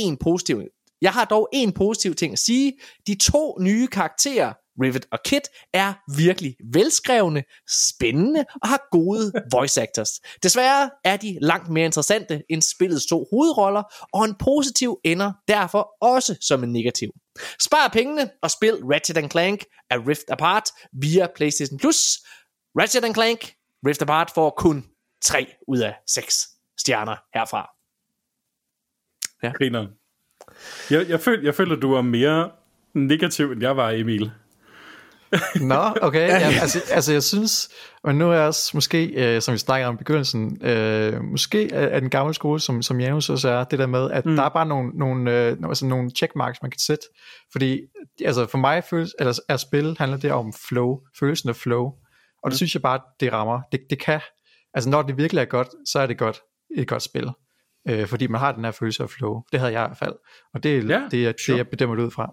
dog en positiv ting at sige. De 2 nye karakterer, Rivet og Kit, er virkelig velskrevne, spændende og har gode voice actors. Desværre er de langt mere interessante end spillets 2 hovedroller, og en positiv ender derfor også som en negativ. Spar pengene og spil Ratchet & Clank A Rift Apart via PlayStation Plus. Ratchet & Clank Rift Apart får kun 3 ud af 6 stjerner herfra. Ja. Griner. Jeg føler, du er mere negativ, end jeg var, Emil. Nå, okay. Ja, altså jeg synes, og nu er jeg også måske, som vi snakker om i begyndelsen, måske er den gamle skole, som Janus også er, det der med, at der er bare nogle checkmarks, man kan sætte. Fordi altså for mig at spil handler det om flow, følelsen af flow. Og det synes jeg bare, det rammer. Det kan, altså når det virkelig er godt, så er det godt, et godt spil. Fordi man har den her følelse af flow. Det havde jeg i hvert fald. Og det er det, jeg bedømmer det ud fra.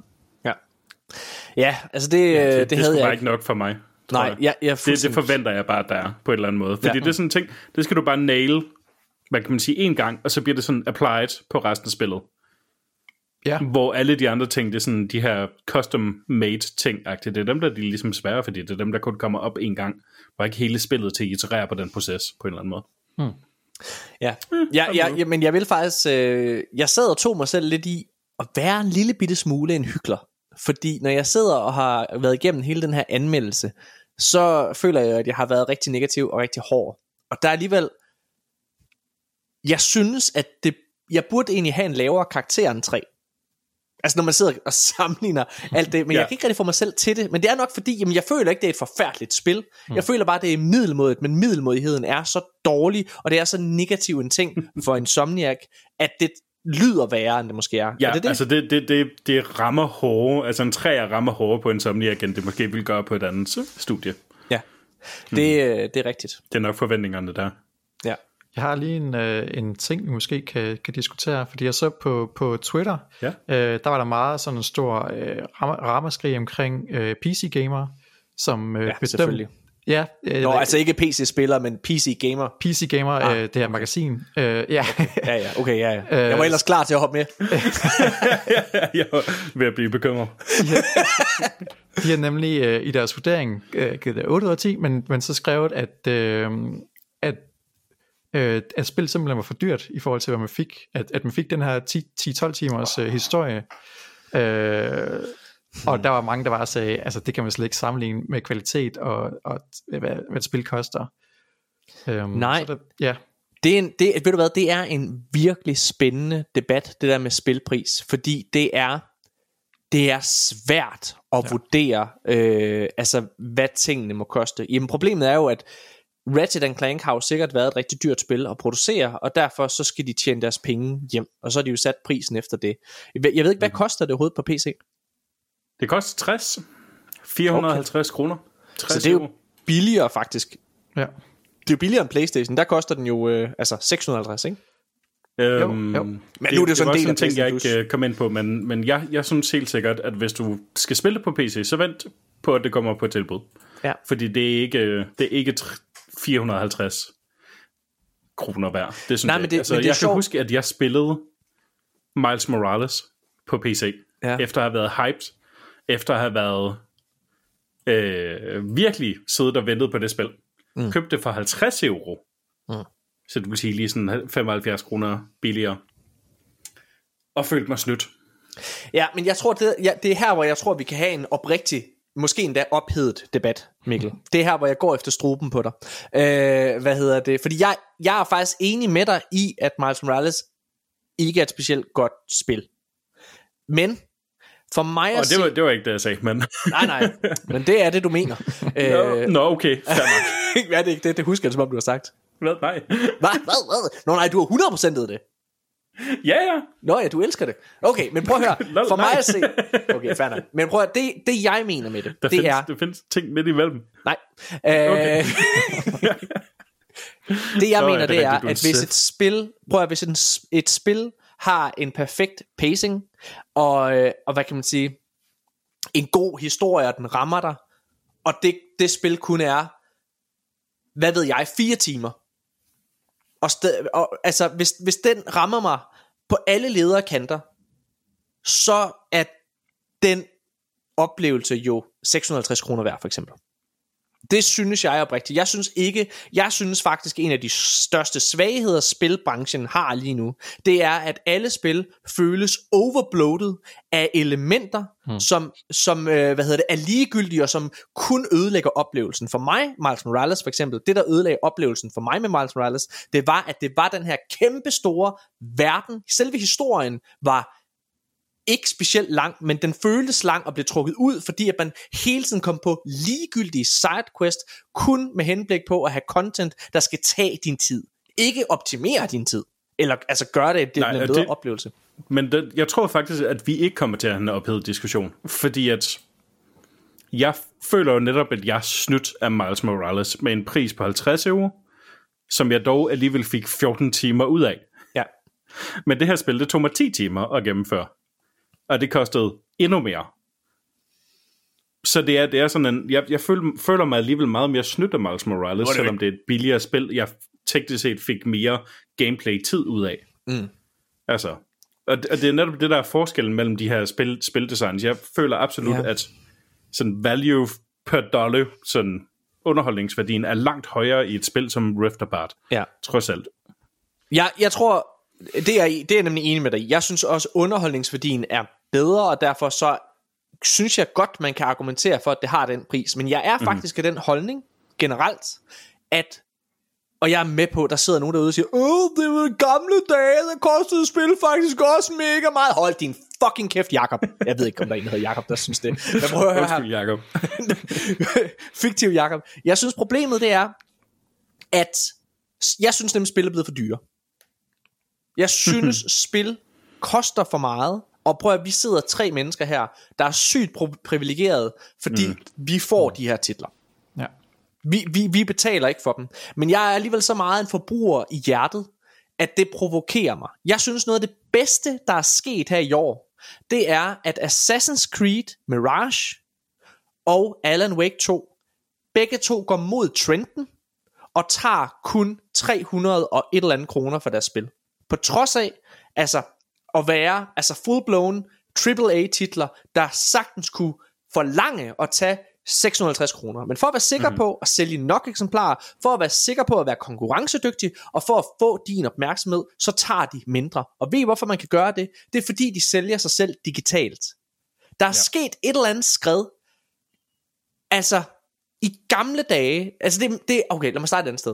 Ja, altså det havde jeg bare ikke nok for mig. Nej, det forventer jeg bare, der er på en eller anden måde. Fordi det er sådan en ting, det skal du bare nail, hvad kan man sige, en gang, og så bliver det sådan applied på resten af spillet. Ja. Hvor alle de andre ting, det er sådan de her custom-made ting-agtigt. Det er dem, der de ligesom svære, fordi det er dem, der kun kommer op en gang. Hvor ikke hele spillet til at iterere på den proces, på en eller anden måde. Ja, men jeg vil faktisk, jeg sad og tog mig selv lidt i at være en lille bitte smule en hykler. Fordi når jeg sidder og har været igennem hele den her anmeldelse, så føler jeg, at jeg har været rigtig negativ og rigtig hård. Og der er alligevel, jeg synes, at jeg burde egentlig have en lavere karakter end 3. Altså når man sidder og sammenligner alt det. Men jeg kan ikke rigtig få mig selv til det. Men det er nok fordi, jeg føler ikke, det er et forfærdeligt spil. Jeg føler bare, det er middelmådigt. Men middelmådigheden er så dårlig, og det er så negativ en ting for Insomniac, at det lyder værre, end det måske er. Ja, er det? Altså det rammer hårde. Altså en 3'er rammer hårde på Insomniac, end det måske vil gøre på et andet studie. Ja, det er rigtigt. Det er nok forventningerne der. Ja. Jeg har lige en ting, vi måske kan diskutere, fordi jeg så på Twitter, der var der meget sådan en stor ramaskrig omkring PC-gamer, som selvfølgelig. Ja, altså ikke PC-spiller, men PC-gamer. PC-gamer, det her magasin. Okay. Jeg var ellers klar til at hoppe med. Jeg var ved at blive bekymret. De har nemlig i deres vurdering givet det 8 ud af 10, men så skrevet, at spillet simpelthen var for dyrt i forhold til, hvad man fik. At man fik den her 10-12 timers historie. Og der var mange, der bare sagde, altså det kan man slet ikke sammenligne med kvalitet og hvad et spil koster. Nej, ved du hvad, det er en virkelig spændende debat, det der med spilpris, fordi det er svært at vurdere, altså hvad tingene må koste. Jamen problemet er jo, at Ratchet & Clank har jo sikkert været et rigtig dyrt spil at producere, og derfor så skal de tjene deres penge hjem, og så har de jo sat prisen efter det. Jeg ved ikke, hvad koster det overhovedet på PC? Det koster 60. 450 kroner. Så det er jo billigere faktisk. Ja. Det er jo billigere end PlayStation. Der koster den jo 650, ikke? Jo. Men nu er det jo sådan en del af ting, jeg ikke kom ind på, men jeg synes helt sikkert, at hvis du skal spille på PC, så vent på, at det kommer på tilbud. Ja. Fordi det er ikke 450 kroner værd. Det synes jeg. Jeg kan huske, at jeg spillede Miles Morales på PC, efter at have været hyped, efter at have været virkelig siddet og ventet på det spil. Købte det for 50 euro. Så du vil sige lige sådan 75 kroner billigere. Og følte mig snydt. Ja, men jeg tror, det er her, hvor jeg tror, vi kan have en oprigtig, måske endda ophedet debat, Mikkel. Det er her, hvor jeg går efter struben på dig. Fordi jeg er faktisk enig med dig i, at Miles Morales ikke er et specielt godt spil. Men For mig at se... det var ikke det, jeg sagde, men... nej, men det er det, du mener. Nå, okay, fair nok. Er det ikke det? Det husker jeg, som om du har sagt. Hvad? Nej. Hvad? Nå nej, du har 100%'et det. Ja. Nå ja, du elsker det. Okay, men prøv at høre. For mig at se... Okay, fair nok. Men prøv at høre, det jeg mener med det, der findes ting midt imellem. Nej. Okay. Det jeg mener, det er, at hvis et spil... Prøv at hvis et spil har en perfekt pacing, og hvad kan man sige, en god historie, og den rammer dig, og det spil kun er, hvad ved jeg, 4 timer, og altså hvis den rammer mig på alle lederkanter, så er den oplevelse jo 650 kroner værd, for eksempel. Det synes jeg oprigtigt. Jeg synes faktisk en af de største svagheder spilbranchen har lige nu, det er at alle spil føles overbloated af elementer, som er ligegyldige og som kun ødelægger oplevelsen. For mig, Miles Morales for eksempel, det der ødelagde oplevelsen for mig med Miles Morales, det var at det var den her kæmpe store verden. Selve historien var ikke specielt lang, men den føltes lang og blev trukket ud, fordi at man hele tiden kom på ligegyldige sidequest, kun med henblik på at have content, der skal tage din tid. Ikke optimere din tid, eller altså gøre det en bedre oplevelse. Men jeg tror faktisk, at vi ikke kommer til at have en ophedet diskussion, fordi at jeg føler jo netop, at jeg snydt af Miles Morales med en pris på 50 euro, som jeg dog alligevel fik 14 timer ud af. Ja. Men det her spil, det tog mig 10 timer at gennemføre. Og det kostede endnu mere. Så det er sådan en... Jeg føler mig alligevel meget mere snydt af Miles Morales, selvom det er et billigere spil. Jeg teknisk set fik mere gameplay-tid ud af. Altså... Og det er netop det, der er forskellen mellem de her spildesigns. Jeg føler absolut, at sådan value per dollar, sådan underholdningsværdien, er langt højere i et spil som Rift Apart. Ja. Trods alt. Jeg tror... Det er jeg nemlig enig med dig. Jeg synes også underholdningsværdien er bedre, og derfor så synes jeg godt man kan argumentere for at det har den pris. Men jeg er faktisk af den holdning generelt, at, og jeg er med på, der sidder nogen derude og siger, det var gamle dage, der kostede spil faktisk også mega meget. Hold din fucking kæft, Jakob. Jeg ved ikke om der er en der hedder Jakob, der synes det. Men prøv at høre her. Jakob. Fiktiv Jakob. Jeg synes problemet det er, at jeg synes nemlig spil er blevet for dyre. Jeg synes spil koster for meget. Og prøv at vi sidder 3 mennesker her, der er sygt privilegeret, fordi vi får de her titler. Ja. Vi betaler ikke for dem. Men jeg er alligevel så meget en forbruger i hjertet, at det provokerer mig. Jeg synes noget af det bedste, der er sket her i år, det er, at Assassin's Creed Mirage og Alan Wake 2, begge to går mod trenden, og tager kun 300 og et eller andet kroner for deres spil. På trods af, altså at være full-blown AAA-titler, der sagtens kunne forlange at tage 650 kroner. Men for at være sikker på at sælge nok eksemplarer, for at være sikker på at være konkurrencedygtig, og for at få din opmærksomhed, så tager de mindre. Og ved I, hvorfor man kan gøre det? Det er fordi, de sælger sig selv digitalt. Der er sket et eller andet skred. Altså, i gamle dage, altså det okay, lad mig starte et andet sted.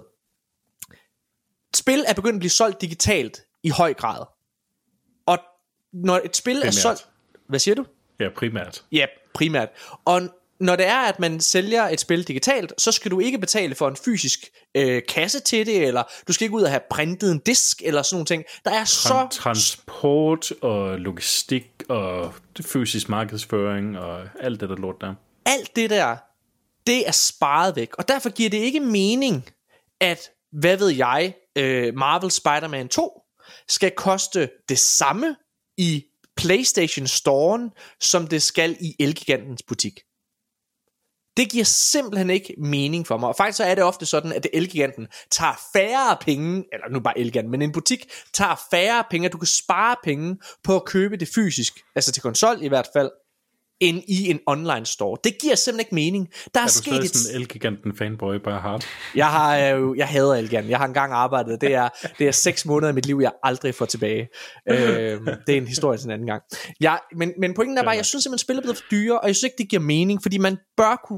Spil er begyndt at blive solgt digitalt i høj grad. Og når et spil er solgt... Hvad siger du? Ja, primært. Ja, primært. Og når det er, at man sælger et spil digitalt, så skal du ikke betale for en fysisk kasse til det, eller du skal ikke ud og have printet en disk, eller sådan nogle ting. Der er transport og logistik og fysisk markedsføring og alt det der lort der. Alt det der, det er sparet væk. Og derfor giver det ikke mening, at, hvad ved jeg, Marvel Spider-Man 2 skal koste det samme i PlayStation Storen, som det skal i Elgigantens butik. Det giver simpelthen ikke mening for mig. Og faktisk så er det ofte sådan, at Elgiganten tager færre penge, eller nu bare Elgiganten, men en butik tager færre penge, at du kan spare penge på at købe det fysisk, altså til konsol i hvert fald, end i en online store. Det giver simpelthen ikke mening. Der er sket du sådan en Elgiganten fanboy by heart? Jeg hader Elgiganten. Jeg har engang arbejdet. Det er 6 måneder af mit liv, jeg aldrig får tilbage. Det er en historie til en anden gang. Men pointen er bare, jeg synes simpelthen spil er blevet for dyre, og jeg synes ikke det giver mening, fordi man bør kunne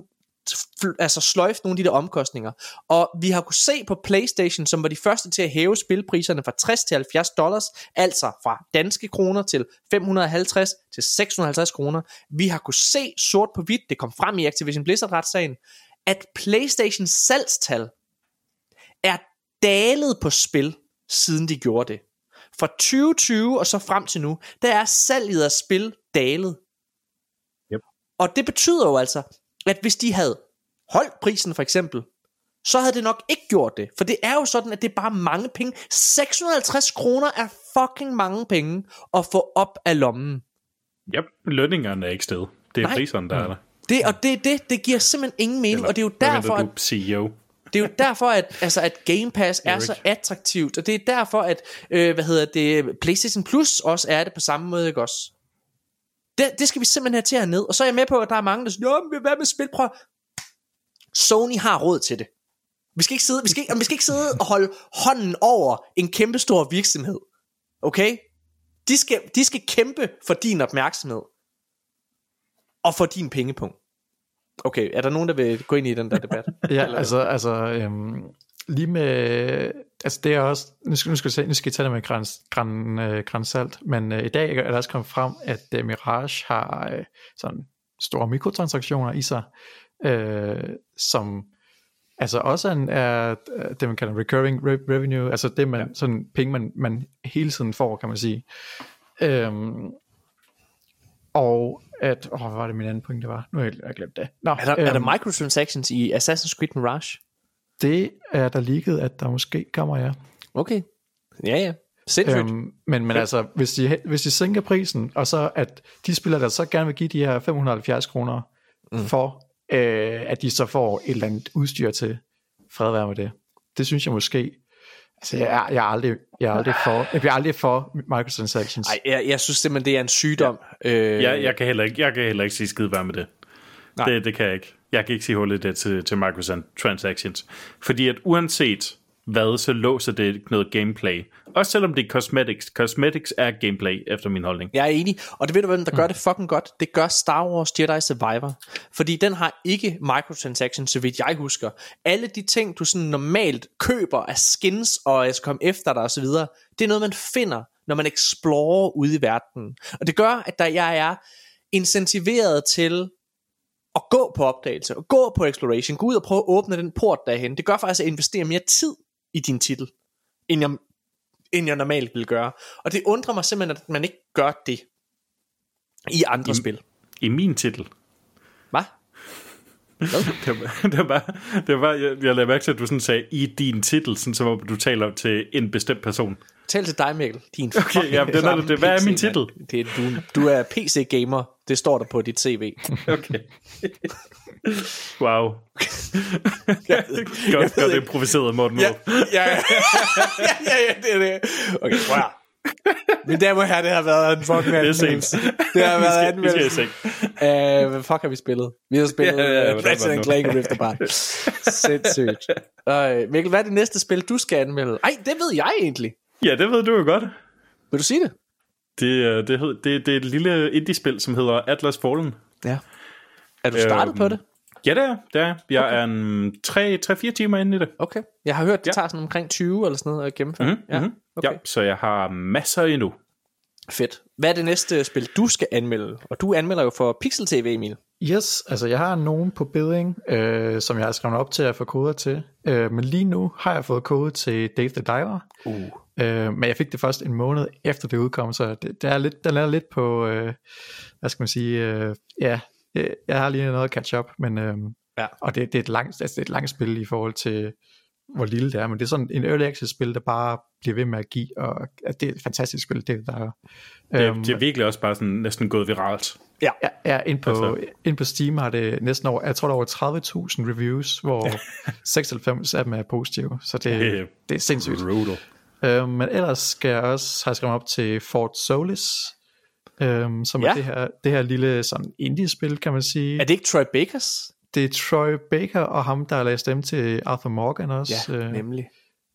sløjfe nogle af de der omkostninger. Og vi har kunne se på PlayStation, som var de første til at hæve spilpriserne fra $60 til $70, altså fra danske kroner til 550 til 650 kroner. Vi har kunne se sort på hvidt, det kom frem i Activision Blizzard-retssagen, at PlayStations salgstal er dalet på spil, siden de gjorde det. Fra 2020 og så frem til nu, der er salget af spil dalet. Yep. Og det betyder jo altså, at hvis de havde holdt prisen for eksempel, så havde det nok ikke gjort det. For det er jo sådan, at det er bare mange penge. 650 kroner er fucking mange penge at få op af lommen. Ja, lønningerne er ikke sted. Det er priserne, der er der. Det giver simpelthen ingen mening. Og det er jo derfor, at CEO. det er jo derfor, at Game Pass er så attraktivt. Og det er derfor, at PlayStation Plus også er det på samme måde, ikke også? Det skal vi simpelthen have til herned. Og så er jeg med på, at der er mange, der siger, hvad med spil? Prøv. Sony har råd til det. Vi skal ikke sidde og holde hånden over en kæmpestor virksomhed. Okay? De skal kæmpe for din opmærksomhed. Og for din pengepunkt. Okay, er der nogen, der vil gå ind i den der debat? Ja, lige med, altså det er også, nu skal I tage det med gran salt, men i dag er der også kommet frem, at Mirage har sådan store mikrotransaktioner i sig, som altså også er det man kalder recurring revenue, altså det man sådan penge man hele tiden får, kan man sige. Og at hvad var det min anden point, det var? Nu har jeg glemt det. Nå, er der microtransactions i Assassin's Creed Mirage? Det er der ligget, at der måske kommer, ja. Okay. Ja. Sindssygt. Men altså, hvis de sænker prisen, og så at de spillere, der så gerne vil give de her 570 kroner for, at de så får et eller andet udstyr til, fred være med det. Det synes jeg måske. Altså, jeg bliver aldrig for microtransactions. Nej, jeg synes simpelthen, det er en sygdom. Jeg kan heller ikke sige skide være med det. Det kan jeg ikke. Jeg kan ikke sige hullet det til microtransactions. Fordi at uanset hvad, så låser det noget gameplay. Også selvom det er cosmetics. Cosmetics er gameplay, efter min holdning. Jeg er enig. Og det ved du, hvem der gør det fucking godt? Det gør Star Wars Jedi Survivor. Fordi den har ikke microtransactions, så vidt jeg husker. Alle de ting, du sådan normalt køber af skins, og jeg skal komme efter dig osv., det er noget, man finder, når man explorer ude i verden. Og det gør, at jeg er incentiveret til at gå på opdagelse, og gå på exploration, gå ud og prøve at åbne den port derhen. Det gør faktisk at investere mere tid i din titel, end jeg normalt ville gøre. Og det undrer mig simpelthen, at man ikke gør det i andre spil. I min titel. Hvad? Det var jeg lagde mærke til, at du sådan sagde, i din titel, sådan som du taler til en bestemt person. Tal til dig, Mikkel. Okay, ja, hvad er min titel? Du er PC-gamer. Det står der på dit CV. Okay. Wow. Godt det improviseret, Morten. Ja, det er det. Okay, wow. Mine damer og herrer, det har været en fucking anmeldelse. Det har været anmeldelse. Hvad fuck har vi spillet? Vi har spillet Ratchet & Clank Rift Apart. Sindssygt. Mikkel, hvad er det næste spil, du skal anmelde? Ej, det ved jeg egentlig. Ja, det ved du jo godt. Vil du sige det? Det er et lille indie-spil, som hedder Atlas Fallen. Ja. Er du startet på det? Ja, det er. Jeg er 3-4 timer inde i det. Okay. Jeg har hørt, det tager sådan omkring 20 eller sådan noget at gennemføre. Okay. Ja, så jeg har masser endnu. Fedt. Hvad er det næste spil, du skal anmelde? Og du anmelder jo for Pixel TV, Emil. Yes, altså jeg har nogen på bidding, som jeg har skrevet op til at få koder til. Men lige nu har jeg fået kode til Dave the Diver. Men jeg fik det først en måned efter det udkom, så den er lidt på, hvad skal man sige, jeg har lige noget at catch up, men og det er et langt spil i forhold til hvor lille det er, men det er sådan en early access spil, der bare bliver ved med at give, og det er et fantastisk spil, det der. Det er virkelig også bare sådan næsten gået viralt. Ja, ind på Steam har det næsten over, jeg tror der er over 30.000 reviews, hvor 96 af dem er positive, så det er sindssygt. Men ellers skal jeg også have skrevet op til Fort Solis, som er det her lille sådan indie-spil, kan man sige. Er det ikke Troy Bakers? Det er Troy Baker og ham, der har lavet stemme til Arthur Morgan også. Ja, nemlig. Ja,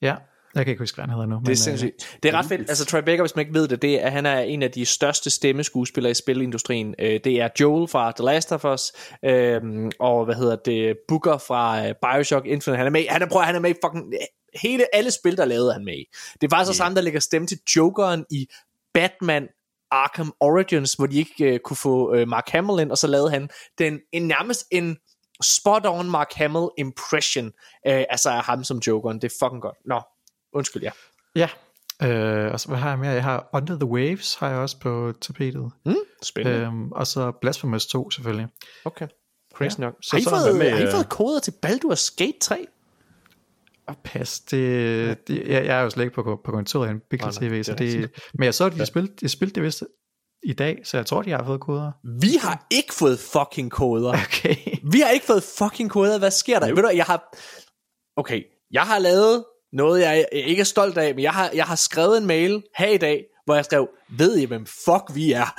Jeg kan ikke huske, hvad han hedder nu. Det er sindssygt. Det er ret fedt. Altså Troy Baker, hvis man ikke ved det, det er, han er en af de største stemmeskuespillere i spilindustrien. Det er Joel fra The Last of Us, og Booker fra Bioshock Infinite. Han er med i fucking alle spil, der lavede han med i. Det er faktisk også ham, der lægger stemme til Jokeren i Batman Arkham Origins, hvor de ikke kunne få Mark Hamill ind, og så lavede han nærmest en spot-on Mark Hamill impression, altså af ham som Jokeren. Det er fucking godt. Nå, undskyld, ja. Ja, og så hvad har jeg mere? Jeg har Under the Waves, har jeg også på tapetet. Spændende. Og så Blasphemous 2, selvfølgelig. Okay, crazy nok. Så har I fået koder til Baldur's Gate 3? Pas, jeg er jo slet ikke på kontoret i en Big TV, så det, men jeg så, at de spilte det vist i dag, så jeg tror, de har fået koder. Vi har ikke fået fucking koder. Okay. Vi har ikke fået fucking koder. Hvad sker der? Ved du, jeg har lavet noget, jeg ikke er stolt af, men jeg har skrevet en mail her i dag, hvor jeg skrev, ved I, hvem fuck vi er?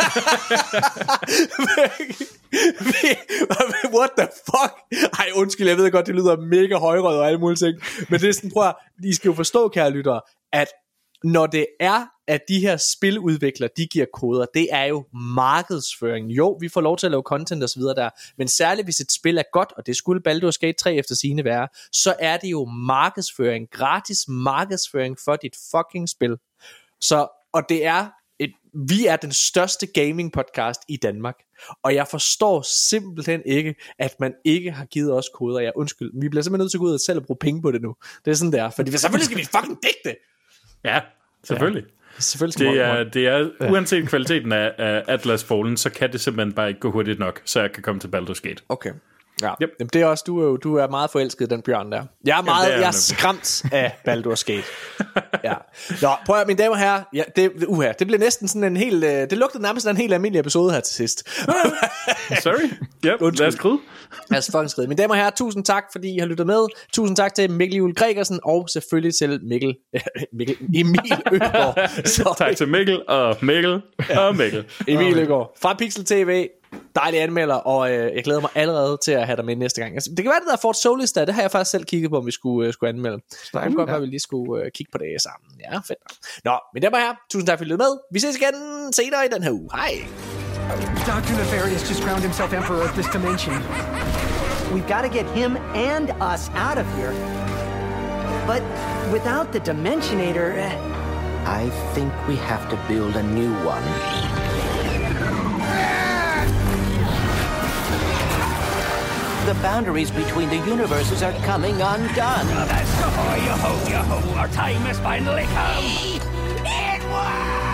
What the fuck? Ej, undskyld, jeg ved godt, det lyder mega højrøget og alle mulige ting, men det er sådan, prøv at, I skal jo forstå, kære lyttere, at når det er, at de her spiludviklere, de giver koder, det er jo markedsføring. Jo, vi får lov til at lave content og så videre der, men særligt hvis et spil er godt, og det skulle Baldur's Gate 3 efter sigende være, så er det jo markedsføring, gratis markedsføring for dit fucking spil. Så, og det er vi er den største gaming podcast i Danmark, og jeg forstår simpelthen ikke, at man ikke har givet os koder. Jeg undskyld, vi bliver simpelthen nødt til at gå ud og selv bruge penge på det nu. Det er sådan der, fordi selvfølgelig skal vi fucking digte. Ja, selvfølgelig. Ja, selvfølgelig det er uanset kvaliteten af Atlas Fallen, så kan det simpelthen bare ikke gå hurtigt nok, så jeg kan komme til Baldur's Gate. Okay. Ja. Yep. Jamen, det er også du er meget forelsket i den bjørn der. Jeg er skræmt af Baldur's Gate. Ja. Nå, prøv at mine damer og herrer, det blev næsten sådan en helt det lugtede nærmest en helt almindelig episode her til sidst. Sorry. Yep, lad os skride. Lad os fucking skride. Mine damer og herrer, tusind tak fordi I har lyttet med. Tusind tak til Mikkel Juhl Gregersen og selvfølgelig til Emil Øgaard. Tak til Mikkel og Mikkel og Mikkel. Emil Øgaard fra Pixel TV. Dejlig anmelder, og jeg glæder mig allerede til at have dig med næste gang. Altså, det kan være, det der Fort Solis der, det har jeg faktisk selv kigget på, om vi skulle anmelde. Så det kunne godt være, at vi lige skulle kigge på det sammen. Ja, fedt. Nå, men det var her. Tusind tak for at I lyttede med. Vi ses igen senere i den her uge. Hej. Dr. Nefarious just crowned himself emperor of this dimension. We've got to get him and us out of here. But without the Dimensionator... I think we have to build a new one. The boundaries between the universes are coming undone. Yo-ho, our time has finally come. It was!